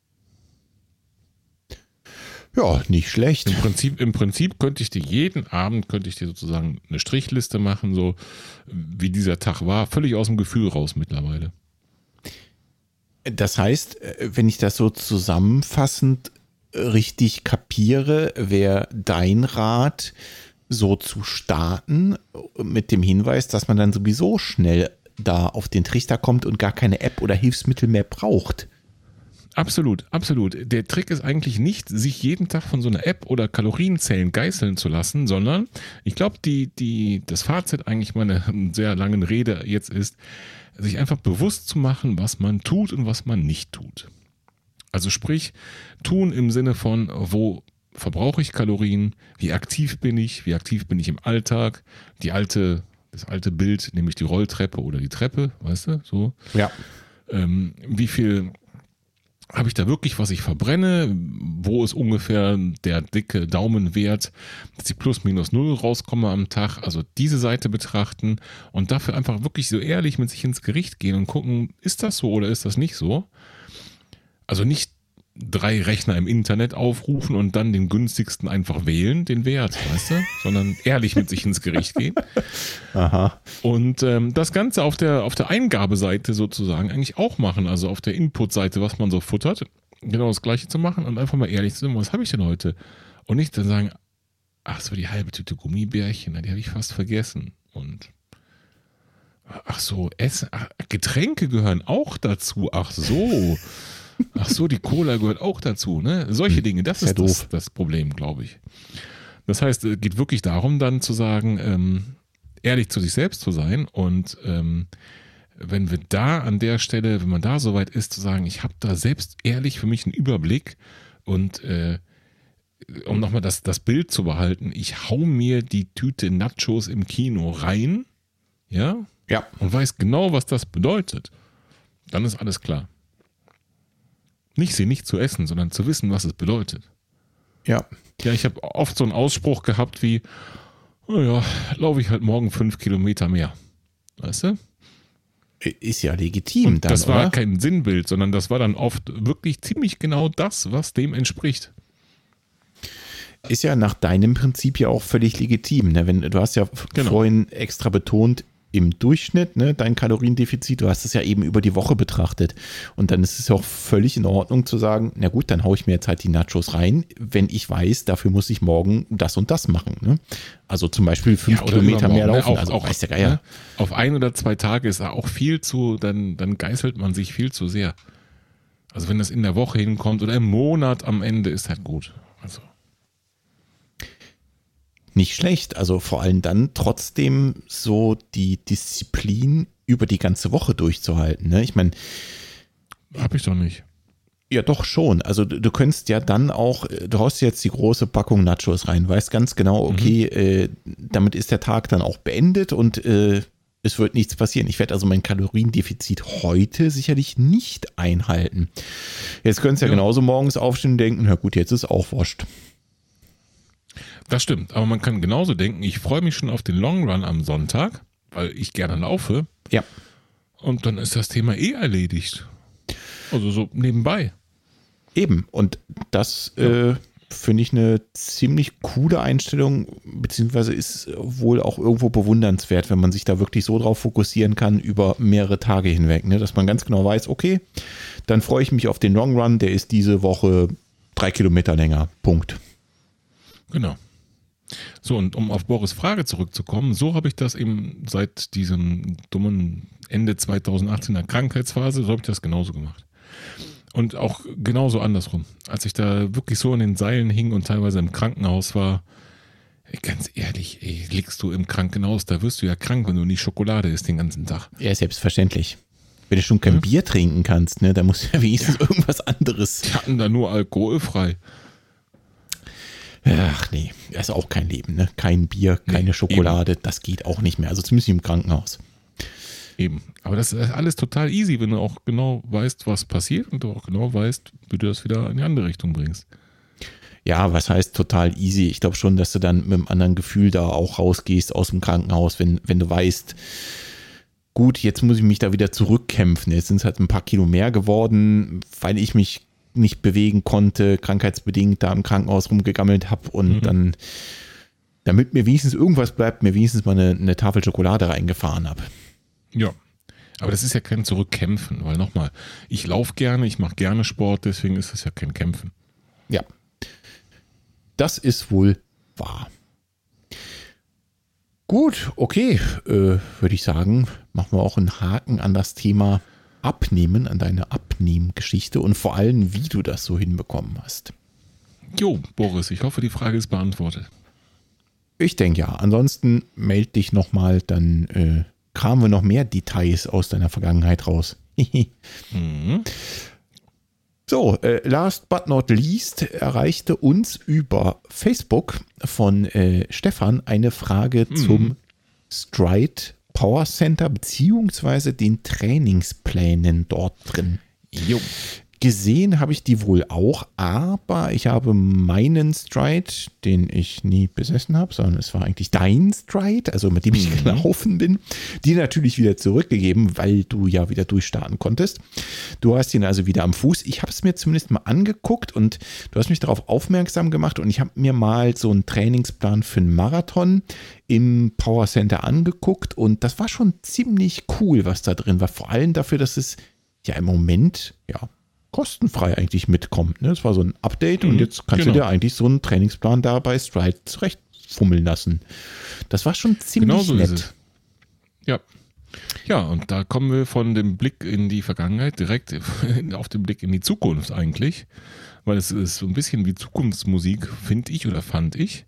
Ja, nicht schlecht. Im Prinzip, im Prinzip könnte ich dir jeden Abend, könnte ich dir sozusagen eine Strichliste machen, so wie dieser Tag war, völlig aus dem Gefühl raus mittlerweile. Das heißt, wenn ich das so zusammenfassend richtig kapiere, wäre dein Rat, so zu starten, mit dem Hinweis, dass man dann sowieso schnell da auf den Trichter kommt und gar keine App oder Hilfsmittel mehr braucht. Absolut, absolut. Der Trick ist eigentlich nicht, sich jeden Tag von so einer App oder Kalorienzellen geißeln zu lassen, sondern ich glaube, die, die, das Fazit eigentlich meiner sehr langen Rede jetzt ist, sich einfach bewusst zu machen, was man tut und was man nicht tut. Also sprich, tun im Sinne von, wo verbrauche ich Kalorien, wie aktiv bin ich, wie aktiv bin ich im Alltag, die alte, das alte Bild, nämlich die Rolltreppe oder die Treppe, weißt du, so. Ja. Ähm, wie viel habe ich da wirklich, was ich verbrenne, wo ist ungefähr der dicke Daumenwert, dass ich plus minus null rauskomme am Tag, also diese Seite betrachten und dafür einfach wirklich so ehrlich mit sich ins Gericht gehen und gucken, ist das so oder ist das nicht so? Also nicht drei Rechner im Internet aufrufen und dann den günstigsten einfach wählen, den Wert, weißt du, sondern ehrlich mit sich ins Gericht gehen. Aha. Und ähm, das Ganze auf der, auf der Eingabeseite sozusagen eigentlich auch machen, also auf der Inputseite, was man so futtert, genau das Gleiche zu machen und einfach mal ehrlich zu sein, was habe ich denn heute? Und nicht dann sagen, ach so, die halbe Tüte Gummibärchen, die habe ich fast vergessen. Und ach so, Essen, ach, Getränke gehören auch dazu, ach so. Ach so, die Cola gehört auch dazu, ne? Solche Dinge, das ist das, das Problem, glaube ich. Das heißt, es geht wirklich darum, dann zu sagen, ähm, ehrlich zu sich selbst zu sein und ähm, wenn wir da an der Stelle, wenn man da so weit ist, zu sagen, ich habe da selbst ehrlich für mich einen Überblick und äh, um nochmal das, das Bild zu behalten, ich hau mir die Tüte Nachos im Kino rein, ja? Ja. Und weiß genau, was das bedeutet, dann ist alles klar. Nicht sie nicht zu essen, sondern zu wissen, was es bedeutet. Ja. Ja, ich habe oft so einen Ausspruch gehabt wie, oh ja, laufe ich halt morgen fünf Kilometer mehr. Weißt du? Ist ja legitim Und dann, das war oder? kein Sinnbild, sondern das war dann oft wirklich ziemlich genau das, was dem entspricht. Ist ja nach deinem Prinzip ja auch völlig legitim. Ne? Wenn, du hast ja Genau. vorhin extra betont, im Durchschnitt, ne, dein Kaloriendefizit, du hast es ja eben über die Woche betrachtet. Und dann ist es ja auch völlig in Ordnung zu sagen, na gut, dann haue ich mir jetzt halt die Nachos rein, wenn ich weiß, dafür muss ich morgen das und das machen. Ne? Also zum Beispiel fünf Ja, oder Kilometer mehr übermorgen, ne? laufen. Auch, also auch, weiß der Geier. ne? Auf ein oder zwei Tage ist auch viel zu, dann, dann geißelt man sich viel zu sehr. Also wenn das in der Woche hinkommt oder im Monat am Ende, ist halt gut. Also Nicht schlecht, also vor allem dann trotzdem so die Disziplin über die ganze Woche durchzuhalten. Ne? Ich meine, hab ich doch nicht. ja doch schon. Also du, du könntest ja dann auch, du haust jetzt die große Packung Nachos rein, weißt ganz genau, okay, mhm. äh, damit ist der Tag dann auch beendet und äh, es wird nichts passieren. Ich werde also mein Kaloriendefizit heute sicherlich nicht einhalten. Jetzt könntest du ja, ja genauso morgens aufstehen und denken, na gut, jetzt ist auch wurscht. Das stimmt, aber man kann genauso denken, ich freue mich schon auf den Long Run am Sonntag, weil ich gerne laufe. Ja. Und dann ist das Thema eh erledigt. Also so nebenbei. Eben, und das ja. äh, finde ich eine ziemlich coole Einstellung, beziehungsweise ist wohl auch irgendwo bewundernswert, wenn man sich da wirklich so drauf fokussieren kann über mehrere Tage hinweg, ne? Dass man ganz genau weiß, okay, dann freue ich mich auf den Long Run, der ist diese Woche drei Kilometer länger, Punkt. Genau. So, und um auf Boris' Frage zurückzukommen, so habe ich das eben seit diesem dummen Ende zweitausendachtzehner Krankheitsphase, so habe ich das genauso gemacht. Und auch genauso andersrum. Als ich da wirklich so in den Seilen hing und teilweise im Krankenhaus war, ey, ganz ehrlich, ey, liegst du im Krankenhaus, da wirst du ja krank, wenn du nicht Schokolade isst den ganzen Tag. Ja, selbstverständlich. Wenn du schon kein hm? Bier trinken kannst, ne, da musst du ja wenigstens ja. irgendwas anderes. Die hatten da nur alkoholfrei. Ach nee, das ist auch kein Leben, ne? Kein Bier, keine nee, Schokolade, eben. Das geht auch nicht mehr. Also zumindest im Krankenhaus. Eben. Aber das ist alles total easy, wenn du auch genau weißt, was passiert und du auch genau weißt, wie du das wieder in die andere Richtung bringst. Ja, was heißt total easy? Ich glaube schon, dass du dann mit einem anderen Gefühl da auch rausgehst aus dem Krankenhaus, wenn, wenn du weißt, gut, jetzt muss ich mich da wieder zurückkämpfen. Jetzt sind es halt ein paar Kilo mehr geworden, weil ich mich nicht bewegen konnte, krankheitsbedingt da im Krankenhaus rumgegammelt habe und mhm. dann, damit mir wenigstens irgendwas bleibt, mir wenigstens mal eine, eine Tafel Schokolade reingefahren habe. Ja, aber das ist ja kein Zurückkämpfen, weil nochmal, ich laufe gerne, ich mache gerne Sport, deswegen ist das ja kein Kämpfen. Ja, das ist wohl wahr. Gut, okay, äh, würde ich sagen, machen wir auch einen Haken an das Thema Abnehmen, an deine Abnehmgeschichte und vor allem, wie du das so hinbekommen hast. Jo, Boris, ich hoffe, die Frage ist beantwortet. Ich denke ja. Ansonsten melde dich nochmal, dann äh, kramen wir noch mehr Details aus deiner Vergangenheit raus. mhm. So, äh, last but not least erreichte uns über Facebook von äh, Stefan eine Frage mhm. zum Stride Power Center beziehungsweise den Trainingsplänen dort drin. Jo. Gesehen habe ich die wohl auch, aber ich habe meinen Stride, den ich nie besessen habe, sondern es war eigentlich dein Stride, also mit dem ich mhm. gelaufen bin, dir natürlich wieder zurückgegeben, weil du ja wieder durchstarten konntest. Du hast ihn also wieder am Fuß. Ich habe es mir zumindest mal angeguckt und du hast mich darauf aufmerksam gemacht und ich habe mir mal so einen Trainingsplan für einen Marathon im Power Center angeguckt und das war schon ziemlich cool, was da drin war. Vor allem dafür, dass es ja im Moment, ja, kostenfrei eigentlich mitkommt. Ne? Das war so ein Update mhm, und jetzt kannst genau. du dir eigentlich so einen Trainingsplan da bei Stride zurechtfummeln lassen. Das war schon ziemlich genau so nett. Ist es. Ja. Ja, und da kommen wir von dem Blick in die Vergangenheit direkt auf den Blick in die Zukunft eigentlich, weil es ist so ein bisschen wie Zukunftsmusik, finde ich oder fand ich.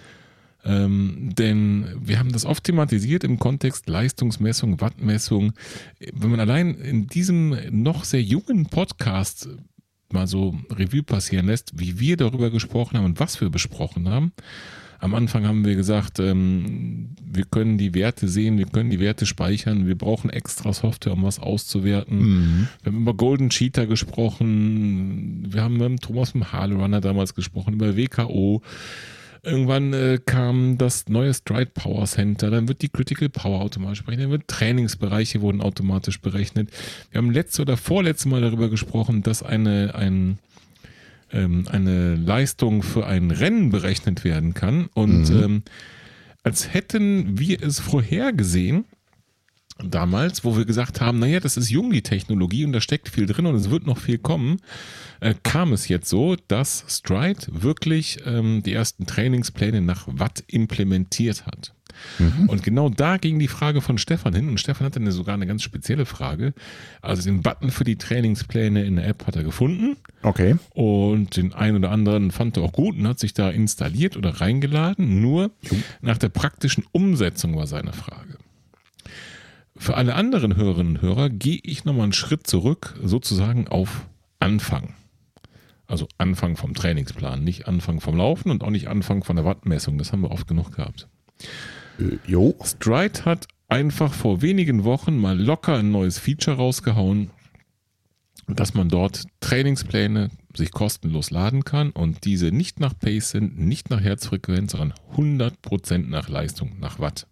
Ähm, denn wir haben das oft thematisiert im Kontext Leistungsmessung, Wattmessung. Wenn man allein in diesem noch sehr jungen Podcast mal so Revue passieren lässt, wie wir darüber gesprochen haben und was wir besprochen haben. Am Anfang haben wir gesagt, ähm, wir können die Werte sehen, wir können die Werte speichern, wir brauchen extra Software, um was auszuwerten. Mhm. Wir haben über Golden Cheetah gesprochen, wir haben mit Thomas vom Harley Runner damals gesprochen, über W K O. Irgendwann äh, kam das neue Stride Power Center, dann wird die Critical Power automatisch berechnet, dann wird Trainingsbereiche wurden automatisch berechnet. Wir haben letzte oder vorletzte Mal darüber gesprochen, dass eine, ein, ähm, eine Leistung für ein Rennen berechnet werden kann. Und mhm. ähm, als hätten wir es vorhergesehen, damals, wo wir gesagt haben, naja, das ist jung, die Technologie und da steckt viel drin und es wird noch viel kommen, äh, kam es jetzt so, dass Stride wirklich ähm, die ersten Trainingspläne nach Watt implementiert hat. Mhm. Und genau da ging die Frage von Stefan hin und Stefan hatte eine, sogar eine ganz spezielle Frage. Also den Button für die Trainingspläne in der App hat er gefunden. Okay. Und den einen oder anderen fand er auch gut und hat sich da installiert oder reingeladen. Nur mhm. nach der praktischen Umsetzung war seine Frage. Für alle anderen Hörerinnen und Hörer gehe ich nochmal einen Schritt zurück, sozusagen auf Anfang. Also Anfang vom Trainingsplan, nicht Anfang vom Laufen und auch nicht Anfang von der Wattmessung. Das haben wir oft genug gehabt. Äh, jo. Stride hat einfach vor wenigen Wochen mal locker ein neues Feature rausgehauen, dass man dort Trainingspläne sich kostenlos laden kann und diese nicht nach Pace sind, nicht nach Herzfrequenz, sondern hundert Prozent nach Leistung, nach Watt.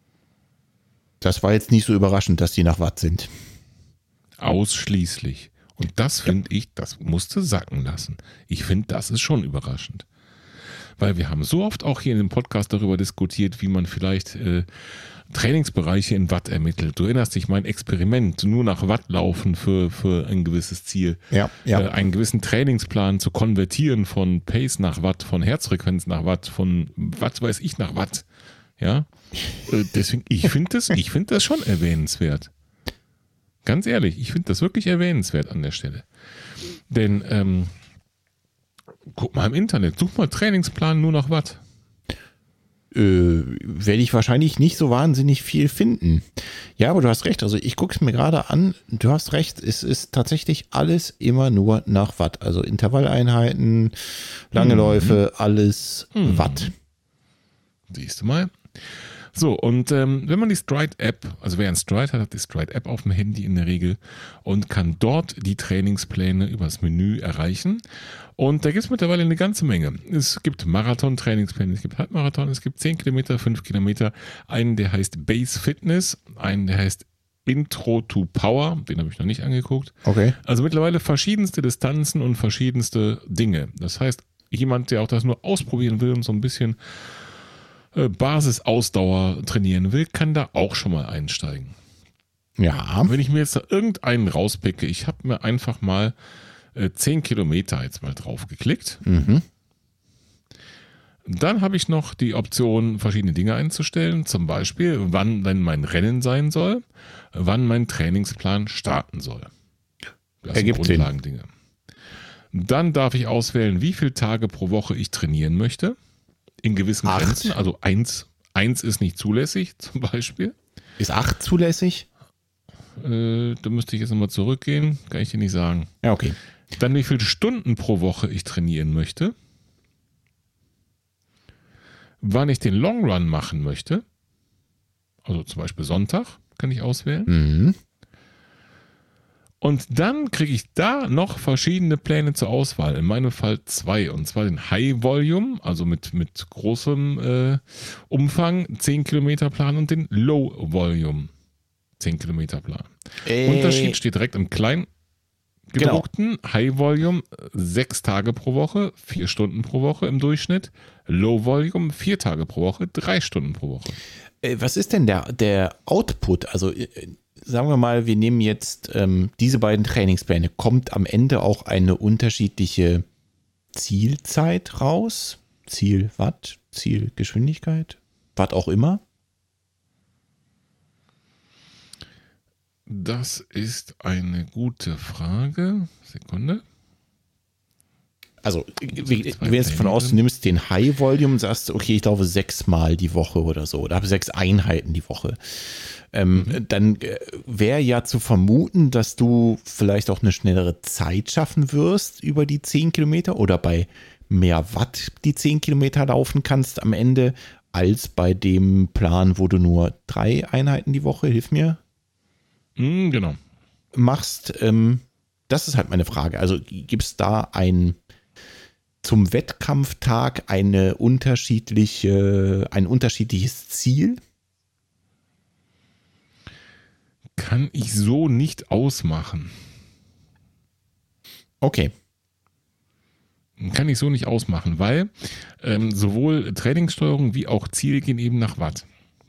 Das war jetzt nicht so überraschend, dass die nach Watt sind. Ausschließlich. Und das finde ja. ich, das musste sacken lassen. Ich finde, das ist schon überraschend. Weil wir haben so oft auch hier in dem Podcast darüber diskutiert, wie man vielleicht äh, Trainingsbereiche in Watt ermittelt. Du erinnerst dich, mein Experiment, nur nach Watt laufen für, für ein gewisses Ziel. Ja, ja. Äh, einen gewissen Trainingsplan zu konvertieren von Pace nach Watt, von Herzfrequenz nach Watt, von was weiß ich nach Watt. Ja, deswegen, ich finde das, ich finde das schon erwähnenswert. Ganz ehrlich, ich finde das wirklich erwähnenswert an der Stelle. Denn, ähm, guck mal im Internet, such mal Trainingsplan nur nach Watt. äh, werde ich wahrscheinlich nicht so wahnsinnig viel finden. Ja, aber du hast recht. Also ich gucke es mir gerade an. Du hast recht. Es ist tatsächlich alles immer nur nach Watt. Also Intervalleinheiten, lange mhm. Läufe, alles mhm. Watt. Siehst du mal. So, und ähm, wenn man die Stride-App, also wer ein Stride hat, hat die Stride-App auf dem Handy in der Regel und kann dort die Trainingspläne übers Menü erreichen. Und da gibt es mittlerweile eine ganze Menge. Es gibt Marathon-Trainingspläne, es gibt Halbmarathon, es gibt zehn Kilometer, fünf Kilometer, einen, der heißt Base Fitness, einen, der heißt Intro to Power, den habe ich noch nicht angeguckt. Okay. Also mittlerweile verschiedenste Distanzen und verschiedenste Dinge. Das heißt, jemand, der auch das nur ausprobieren will und so ein bisschen Basisausdauer trainieren will, kann da auch schon mal einsteigen. Ja. Wenn ich mir jetzt da irgendeinen rauspicke, ich habe mir einfach mal äh, zehn Kilometer jetzt mal drauf geklickt. Mhm. Dann habe ich noch die Option, verschiedene Dinge einzustellen, zum Beispiel, wann dann mein Rennen sein soll, wann mein Trainingsplan starten soll. Das sind Grundlagendinge. Dann darf ich auswählen, wie viele Tage pro Woche ich trainieren möchte. In gewissen acht. Grenzen, also eins, eins ist nicht zulässig zum Beispiel. Ist acht zulässig? Äh, da müsste ich jetzt nochmal zurückgehen, kann ich dir nicht sagen. Ja, okay. Dann wie viele Stunden pro Woche ich trainieren möchte. Wann ich den Long Run machen möchte. Also zum Beispiel Sonntag kann ich auswählen. Mhm. Und dann kriege ich da noch verschiedene Pläne zur Auswahl. In meinem Fall zwei. Und zwar den High Volume, also mit, mit großem äh, Umfang, zehn Kilometer Plan und den Low Volume, zehn Kilometer Plan. Äh, Unterschied steht direkt im kleinen gedruckten. Genau. High Volume, sechs Tage pro Woche, vier Stunden pro Woche im Durchschnitt. Low Volume, vier Tage pro Woche, drei Stunden pro Woche. Äh, was ist denn der, der Output? Also äh, sagen wir mal, wir nehmen jetzt ähm, diese beiden Trainingspläne. Kommt am Ende auch eine unterschiedliche Zielzeit raus? Ziel Watt, Zielgeschwindigkeit, was auch immer? Das ist eine gute Frage. Sekunde. Also, wie, wenn jetzt von aus, du nimmst den High Volume und sagst, okay, ich laufe sechsmal die Woche oder so, oder habe sechs Einheiten die Woche, ähm, mhm. dann äh, wäre ja zu vermuten, dass du vielleicht auch eine schnellere Zeit schaffen wirst über die zehn Kilometer oder bei mehr Watt die zehn Kilometer laufen kannst am Ende, als bei dem Plan, wo du nur drei Einheiten die Woche, hilf mir, mhm, genau, machst. Ähm, das ist halt meine Frage. Also gibt es da ein zum Wettkampftag eine unterschiedliche, ein unterschiedliches Ziel? Kann ich so nicht ausmachen. Okay. Kann ich so nicht ausmachen, weil ähm, sowohl Trainingssteuerung wie auch Ziel gehen eben nach Watt.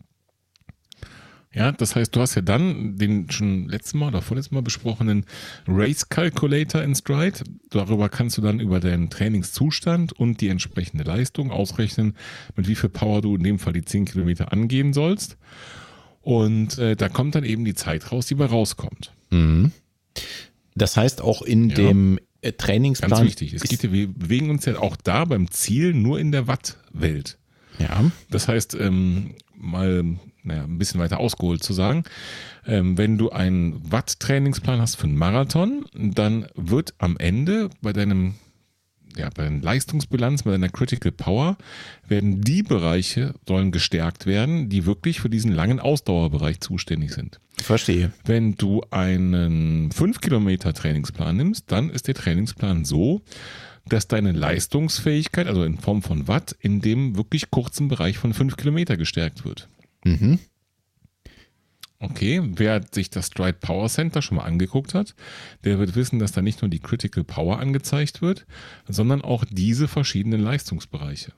Ja, das heißt, du hast ja dann den schon letztes Mal oder vorletztes Mal besprochenen Race Calculator in Stride. Darüber kannst du dann über deinen Trainingszustand und die entsprechende Leistung ausrechnen, mit wie viel Power du in dem Fall die zehn Kilometer angehen sollst. Und äh, da kommt dann eben die Zeit raus, die bei rauskommt. Mhm. Das heißt auch in ja. dem äh, Trainingsplan. Ganz wichtig. Es geht, wir bewegen uns ja auch da beim Ziel nur in der Watt-Welt. Ja. Das heißt, ähm, mal naja, ein bisschen weiter ausgeholt zu sagen, ähm, wenn du einen Watt-Trainingsplan hast für einen Marathon, dann wird am Ende bei deinem ja, bei deiner Leistungsbilanz, bei deiner Critical Power, werden die Bereiche sollen gestärkt werden, die wirklich für diesen langen Ausdauerbereich zuständig sind. Verstehe. Wenn du einen fünf Kilometer Trainingsplan nimmst, dann ist der Trainingsplan so, dass deine Leistungsfähigkeit, also in Form von Watt, in dem wirklich kurzen Bereich von fünf Kilometer gestärkt wird. Mhm. Okay, wer sich das Stride Power Center schon mal angeguckt hat, der wird wissen, dass da nicht nur die Critical Power angezeigt wird, sondern auch diese verschiedenen Leistungsbereiche.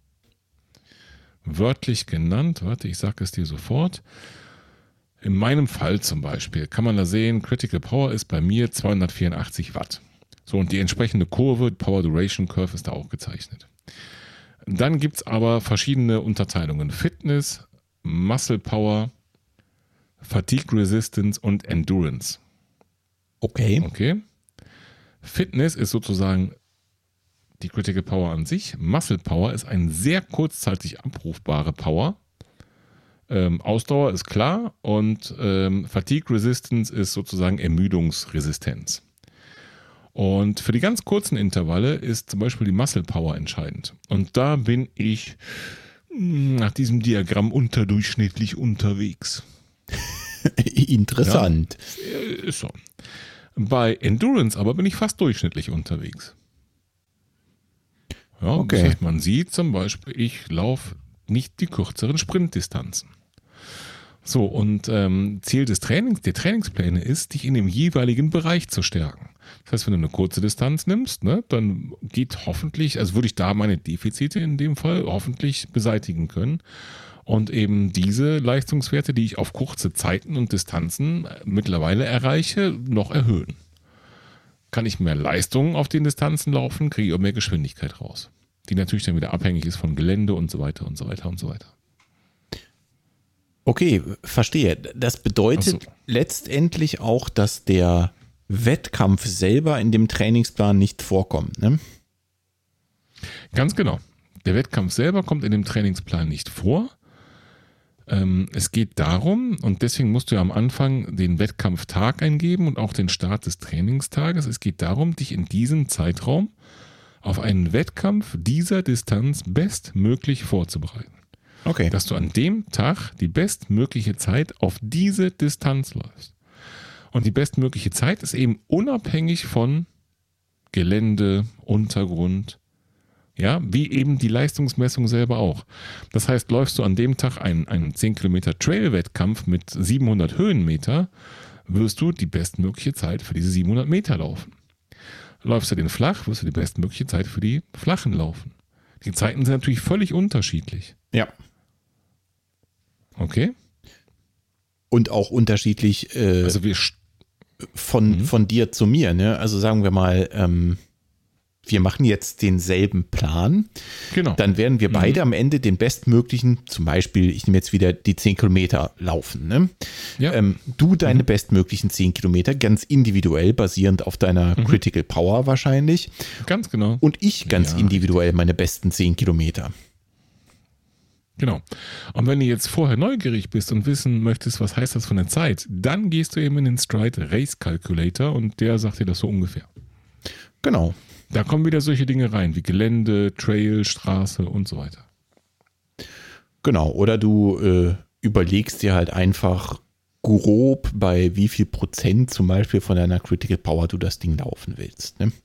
Wörtlich genannt, warte, ich sage es dir sofort. In meinem Fall zum Beispiel kann man da sehen, Critical Power ist bei mir zweihundertvierundachtzig Watt. So, und die entsprechende Kurve, Power Duration Curve, ist da auch gezeichnet. Dann gibt es aber verschiedene Unterteilungen. Fitness, Muscle Power, Fatigue Resistance und Endurance. Okay. Okay. Fitness ist sozusagen die Critical Power an sich. Muscle Power ist eine sehr kurzzeitig abrufbare Power. Ähm, Ausdauer ist klar und ähm, Fatigue Resistance ist sozusagen Ermüdungsresistenz. Und für die ganz kurzen Intervalle ist zum Beispiel die Muscle Power entscheidend. Und da bin ich nach diesem Diagramm unterdurchschnittlich unterwegs. Interessant. Ja, ist so. Bei Endurance aber bin ich fast durchschnittlich unterwegs. Ja, okay. Das heißt, man sieht zum Beispiel, ich laufe nicht die kürzeren Sprintdistanzen. So, und ähm, Ziel des Trainings, der Trainingspläne ist, dich in dem jeweiligen Bereich zu stärken. Das heißt, wenn du eine kurze Distanz nimmst, ne, dann geht hoffentlich, also würde ich da meine Defizite in dem Fall hoffentlich beseitigen können und eben diese Leistungswerte, die ich auf kurze Zeiten und Distanzen mittlerweile erreiche, noch erhöhen. Kann ich mehr Leistung auf den Distanzen laufen, kriege ich auch mehr Geschwindigkeit raus, die natürlich dann wieder abhängig ist von Gelände und so weiter und so weiter und so weiter. Okay, verstehe. Das bedeutet so. Letztendlich auch, dass der Wettkampf selber in dem Trainingsplan nicht vorkommt, ne? Ganz genau. Der Wettkampf selber kommt in dem Trainingsplan nicht vor. Ähm, es geht darum, und deswegen musst du ja am Anfang den Wettkampftag eingeben und auch den Start des Trainingstages. Es geht darum, dich in diesem Zeitraum auf einen Wettkampf dieser Distanz bestmöglich vorzubereiten. Okay. Dass du an dem Tag die bestmögliche Zeit auf diese Distanz läufst. Und die bestmögliche Zeit ist eben unabhängig von Gelände, Untergrund, ja, wie eben die Leistungsmessung selber auch. Das heißt, läufst du an dem Tag einen, einen zehn Kilometer Trail-Wettkampf mit siebenhundert Höhenmeter, wirst du die bestmögliche Zeit für diese siebenhundert Meter laufen. Läufst du den flach, wirst du die bestmögliche Zeit für die flachen laufen. Die Zeiten sind natürlich völlig unterschiedlich. Ja. Okay. Und auch unterschiedlich äh, also wir von, mhm. von dir zu mir, ne? Also sagen wir mal, ähm, wir machen jetzt denselben Plan. Genau. Dann werden wir beide mhm. am Ende den bestmöglichen, zum Beispiel, ich nehme jetzt wieder die zehn Kilometer laufen. Ne? Ja. Ähm, du deine mhm. bestmöglichen zehn Kilometer, ganz individuell, basierend auf deiner mhm. Critical Power wahrscheinlich. Ganz genau. Und ich ganz ja. individuell meine besten zehn Kilometer. Genau. Und wenn du jetzt vorher neugierig bist und wissen möchtest, was heißt das von der Zeit, dann gehst du eben in den Stride Race Calculator und der sagt dir das so ungefähr. Genau. Da kommen wieder solche Dinge rein, wie Gelände, Trail, Straße und so weiter. Genau. Oder du äh, überlegst dir halt einfach grob, bei wie viel Prozent zum Beispiel von deiner Critical Power du das Ding laufen willst. Ne?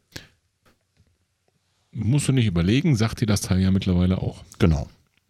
Musst du nicht überlegen, sagt dir das Teil ja mittlerweile auch. Genau.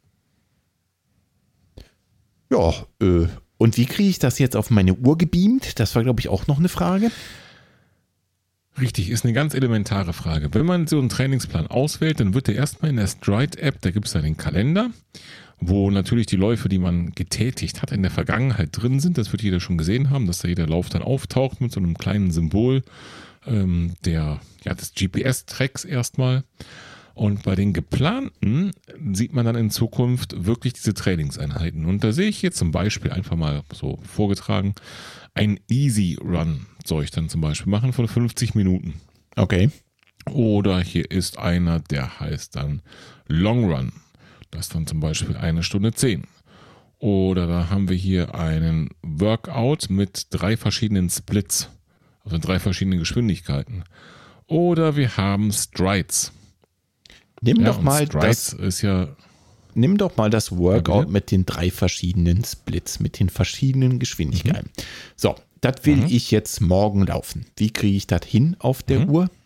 Ja, äh, und wie kriege ich das jetzt auf meine Uhr gebeamt? Das war, glaube ich, auch noch eine Frage. Richtig, ist eine ganz elementare Frage. Wenn man so einen Trainingsplan auswählt, dann wird er erstmal in der Stride-App, da gibt es dann den Kalender, wo natürlich die Läufe, die man getätigt hat, in der Vergangenheit drin sind. Das wird jeder schon gesehen haben, dass da jeder Lauf dann auftaucht mit so einem kleinen Symbol ähm, der, ja, des G P S-Tracks erstmal. Und bei den geplanten sieht man dann in Zukunft wirklich diese Trainingseinheiten. Und da sehe ich jetzt zum Beispiel einfach mal so vorgetragen, ein Easy Run soll ich dann zum Beispiel machen von fünfzig Minuten. Okay. Oder hier ist einer, der heißt dann Long Run. Das ist dann zum Beispiel eine Stunde zehn. Oder da haben wir hier einen Workout mit drei verschiedenen Splits, also drei verschiedenen Geschwindigkeiten. Oder wir haben Strides. Nimm ja, doch mal Strides das, ist ja, nimm doch mal das Workout ja, mit den drei verschiedenen Splits, mit den verschiedenen Geschwindigkeiten. Mhm. So, das will mhm. ich jetzt morgen laufen. Wie kriege ich das hin auf der mhm. Uhr?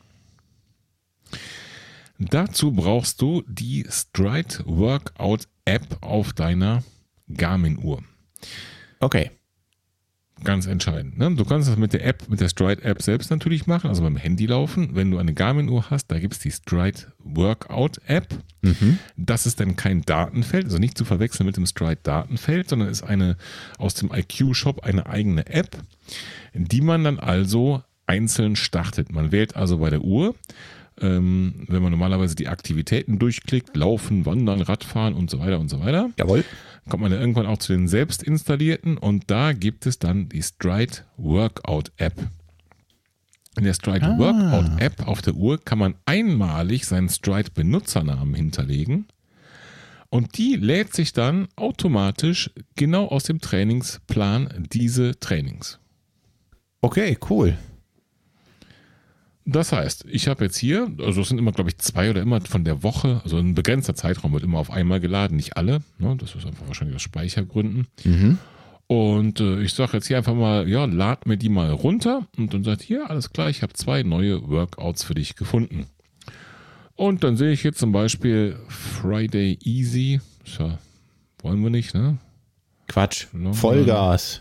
Dazu brauchst du die Stride Workout App auf deiner Garmin-Uhr. Okay. Ganz entscheidend. Ne? Du kannst das mit der App, mit der Stride-App selbst natürlich machen, also beim Handy laufen. Wenn du eine Garmin-Uhr hast, da gibt es die Stride Workout-App. Mhm. Das ist dann kein Datenfeld, also nicht zu verwechseln mit dem Stride-Datenfeld, sondern ist eine aus dem I Q-Shop eine eigene App, die man dann also einzeln startet. Man wählt also bei der Uhr, ähm, wenn man normalerweise die Aktivitäten durchklickt, Laufen, Wandern, Radfahren und so weiter und so weiter. Jawohl. Kommt man dann irgendwann auch zu den selbst installierten und da gibt es dann die Stride Workout App. In der Stride ah. Workout App auf der Uhr kann man einmalig seinen Stride Benutzernamen hinterlegen und die lädt sich dann automatisch genau aus dem Trainingsplan diese Trainings. Okay, cool. Das heißt, ich habe jetzt hier, also es sind immer, glaube ich, zwei oder immer von der Woche, also ein begrenzter Zeitraum wird immer auf einmal geladen, nicht alle. Ne? Das ist einfach wahrscheinlich aus Speichergründen. Mhm. Und äh, ich sage jetzt hier einfach mal, ja, lad mir die mal runter und dann sagt, hier, alles klar, ich habe zwei neue Workouts für dich gefunden. Und dann sehe ich jetzt zum Beispiel Friday Easy. Tja, wollen wir nicht, ne? Quatsch, Long Vollgas.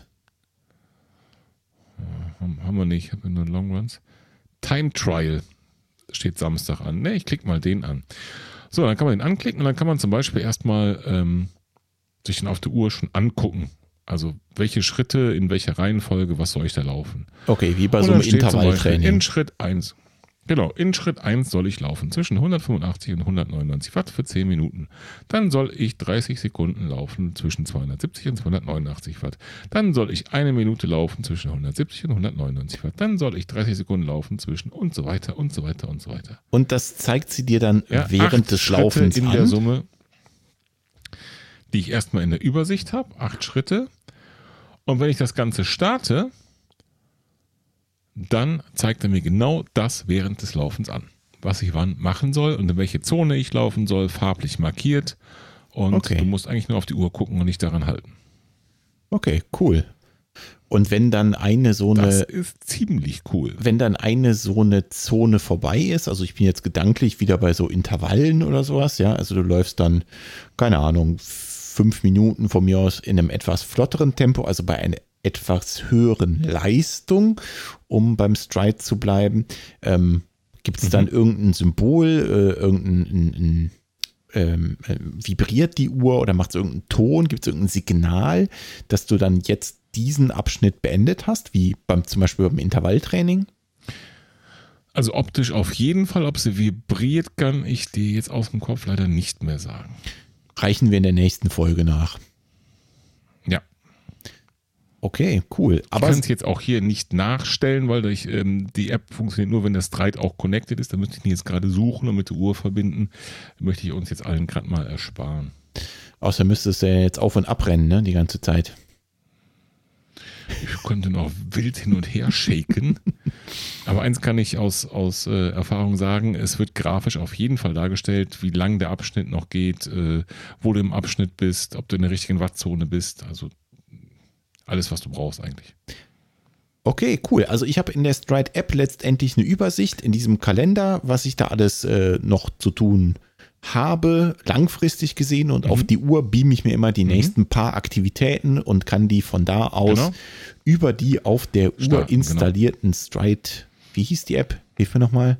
Ja, haben, haben wir nicht, haben wir nur Long Runs. Time Trial steht Samstag an. Ne, ich klicke mal den an. So, dann kann man den anklicken und dann kann man zum Beispiel erstmal ähm, sich dann auf der Uhr schon angucken. Also welche Schritte, in welcher Reihenfolge, was soll ich da laufen. Okay, wie bei so einem Intervalltraining. In Schritt eins. Genau, in Schritt eins soll ich laufen zwischen hundertfünfundachtzig und hundertneunundneunzig Watt für zehn Minuten. Dann soll ich dreißig Sekunden laufen zwischen zweihundertsiebzig und zweihundertneunundachtzig Watt. Dann soll ich eine Minute laufen zwischen hundertsiebzig und hundertneunundneunzig Watt. Dann soll ich dreißig Sekunden laufen zwischen und so weiter und so weiter und so weiter. Und das zeigt sie dir dann ja, während des Schritte Laufens in an? Der Summe, die ich erstmal in der Übersicht habe, acht Schritte. Und wenn ich das Ganze starte, dann zeigt er mir genau das während des Laufens an, was ich wann machen soll und in welche Zone ich laufen soll, farblich markiert. Und okay. Du musst eigentlich nur auf die Uhr gucken und nicht daran halten. Okay, cool. Und wenn dann eine so eine... Das ist ziemlich cool. Wenn dann eine so eine Zone vorbei ist, also ich bin jetzt gedanklich wieder bei so Intervallen oder sowas, ja, also du läufst dann, keine Ahnung, fünf Minuten von mir aus in einem etwas flotteren Tempo, also bei einer etwas höheren Leistung, um beim Stride zu bleiben. Ähm, gibt es dann mhm. irgendein Symbol, äh, irgendein ein, ein, ähm, äh, vibriert die Uhr oder macht es irgendeinen Ton? Gibt es irgendein Signal, dass du dann jetzt diesen Abschnitt beendet hast, wie beim zum Beispiel beim Intervalltraining? Also optisch auf jeden Fall. Ob sie vibriert, kann ich dir jetzt aus dem Kopf leider nicht mehr sagen. Reichen wir in der nächsten Folge nach. Ja. Okay, cool. Aber ich kann es jetzt auch hier nicht nachstellen, weil ich, ähm, die App funktioniert nur, wenn der Stride auch connected ist. Da müsste ich ihn jetzt gerade suchen und mit der Uhr verbinden. Da möchte ich uns jetzt allen gerade mal ersparen. Außer müsstest du ja jetzt auf- und abrennen, ne, die ganze Zeit. Ich könnte noch wild hin und her shaken. Aber eins kann ich aus, aus äh, Erfahrung sagen, es wird grafisch auf jeden Fall dargestellt, wie lang der Abschnitt noch geht, äh, wo du im Abschnitt bist, ob du in der richtigen Wattzone bist. Also alles, was du brauchst eigentlich. Okay, cool. Also ich habe in der Stride-App letztendlich eine Übersicht in diesem Kalender, was ich da alles äh, noch zu tun habe, langfristig gesehen, und mhm. auf die Uhr beame ich mir immer die mhm. nächsten paar Aktivitäten und kann die von da aus genau. über die auf der Starten, Uhr installierten genau. Stride, wie hieß die App? Hilf mir nochmal.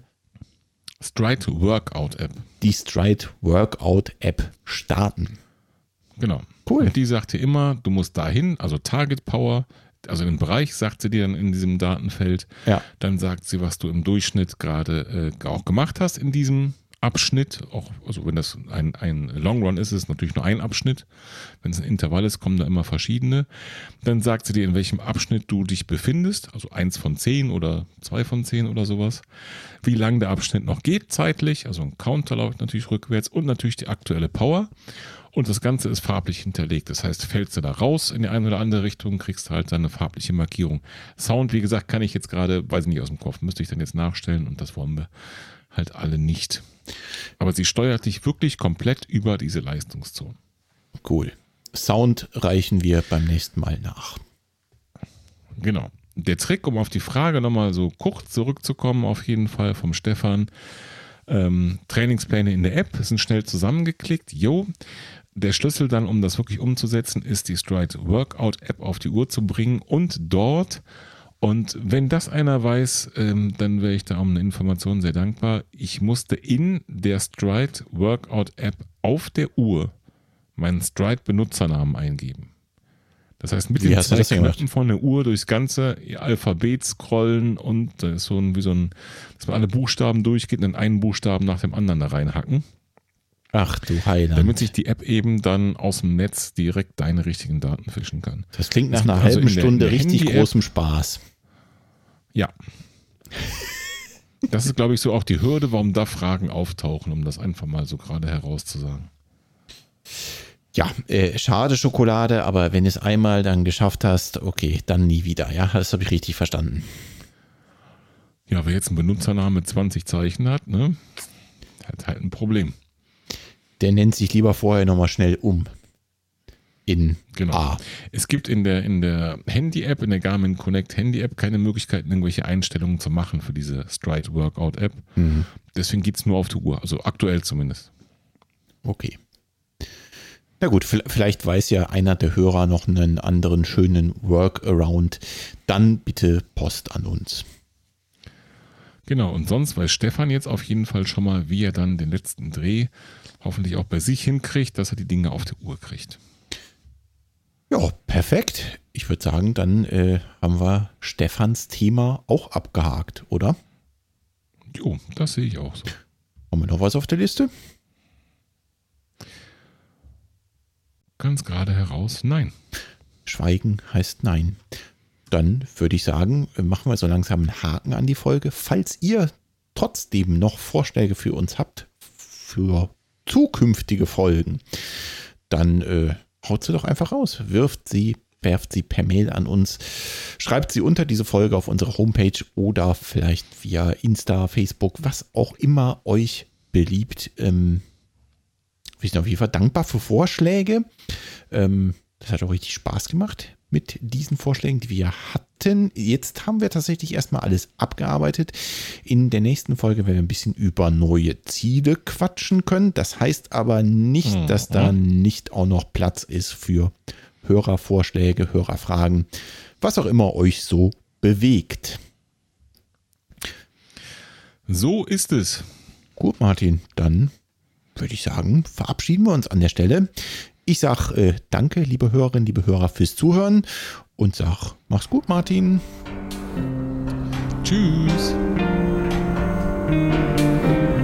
Stride Workout App. Die Stride Workout App starten. Genau. Cool. Und die sagt dir immer, du musst dahin, also Target Power, also den Bereich sagt sie dir dann in diesem Datenfeld. Ja. Dann sagt sie, was du im Durchschnitt gerade äh, auch gemacht hast in diesem Abschnitt. Auch, also wenn das ein, ein Long Run ist, ist es natürlich nur ein Abschnitt. Wenn es ein Intervall ist, kommen da immer verschiedene. Dann sagt sie dir, in welchem Abschnitt du dich befindest, also eins von zehn oder zwei von zehn oder sowas. Wie lang der Abschnitt noch geht zeitlich, also ein Counter läuft natürlich rückwärts und natürlich die aktuelle Power. Und das Ganze ist farblich hinterlegt. Das heißt, fällst du da raus in die eine oder andere Richtung, kriegst du halt dann eine farbliche Markierung. Sound, wie gesagt, kann ich jetzt gerade, weiß ich nicht aus dem Kopf, müsste ich dann jetzt nachstellen und das wollen wir halt alle nicht. Aber sie steuert dich wirklich komplett über diese Leistungszone. Cool. Sound reichen wir beim nächsten Mal nach. Genau. Der Trick, um auf die Frage nochmal so kurz zurückzukommen, auf jeden Fall vom Stefan, ähm, Trainingspläne in der App sind schnell zusammengeklickt. Jo, der Schlüssel dann, um das wirklich umzusetzen, ist die Stride Workout App auf die Uhr zu bringen und dort, und wenn das einer weiß, ähm, dann wäre ich da um eine Information sehr dankbar. Ich musste in der Stride Workout App auf der Uhr meinen Stride Benutzernamen eingeben. Das heißt, mit wie den zwei Knöpfen von der Uhr durchs ganze Alphabet scrollen und da ist so ein, wie so ein, dass man alle Buchstaben durchgeht und dann einen Buchstaben nach dem anderen da reinhacken. Ach du Heiland. Damit sich die App eben dann aus dem Netz direkt deine richtigen Daten fischen kann. Das klingt nach einer halben also Stunde richtig großem Spaß. Ja. Das ist, glaube ich, so auch die Hürde, warum da Fragen auftauchen, um das einfach mal so gerade herauszusagen. Ja, äh, schade Schokolade, aber wenn du es einmal dann geschafft hast, okay, dann nie wieder. Ja, das habe ich richtig verstanden. Ja, wer jetzt einen Benutzernamen mit zwanzig Zeichen hat, ne, hat halt ein Problem. Der nennt sich lieber vorher nochmal schnell um. In genau. A. Es gibt in der, in der Handy-App, in der Garmin Connect Handy-App keine Möglichkeiten, irgendwelche Einstellungen zu machen für diese Stride Workout-App. Mhm. Deswegen geht es nur auf die Uhr, also aktuell zumindest. Okay. Na gut, vielleicht weiß ja einer der Hörer noch einen anderen schönen Workaround. Dann bitte Post an uns. Genau, und sonst weiß Stefan jetzt auf jeden Fall schon mal, wie er dann den letzten Dreh hoffentlich auch bei sich hinkriegt, dass er die Dinge auf die Uhr kriegt. Ja, perfekt. Ich würde sagen, dann äh, haben wir Stefans Thema auch abgehakt, oder? Jo, das sehe ich auch so. Haben wir noch was auf der Liste? Ganz gerade heraus, nein. Schweigen heißt nein. Dann würde ich sagen, machen wir so langsam einen Haken an die Folge. Falls ihr trotzdem noch Vorschläge für uns habt, für zukünftige Folgen, dann äh, haut sie doch einfach raus. Wirft sie, werft sie per Mail an uns. Schreibt sie unter diese Folge auf unsere Homepage oder vielleicht via Insta, Facebook, was auch immer euch beliebt. Ähm, wir sind auf jeden Fall dankbar für Vorschläge. Ähm, das hat auch richtig Spaß gemacht mit diesen Vorschlägen, die wir hatten. Jetzt haben wir tatsächlich erstmal alles abgearbeitet. In der nächsten Folge werden wir ein bisschen über neue Ziele quatschen können. Das heißt aber nicht, mhm. dass da nicht auch noch Platz ist für Hörervorschläge, Hörerfragen, was auch immer euch so bewegt. So ist es. Gut, Martin, dann würde ich sagen, verabschieden wir uns an der Stelle. Ich sage äh, danke, liebe Hörerinnen, liebe Hörer, fürs Zuhören und sage, mach's gut, Martin. Tschüss.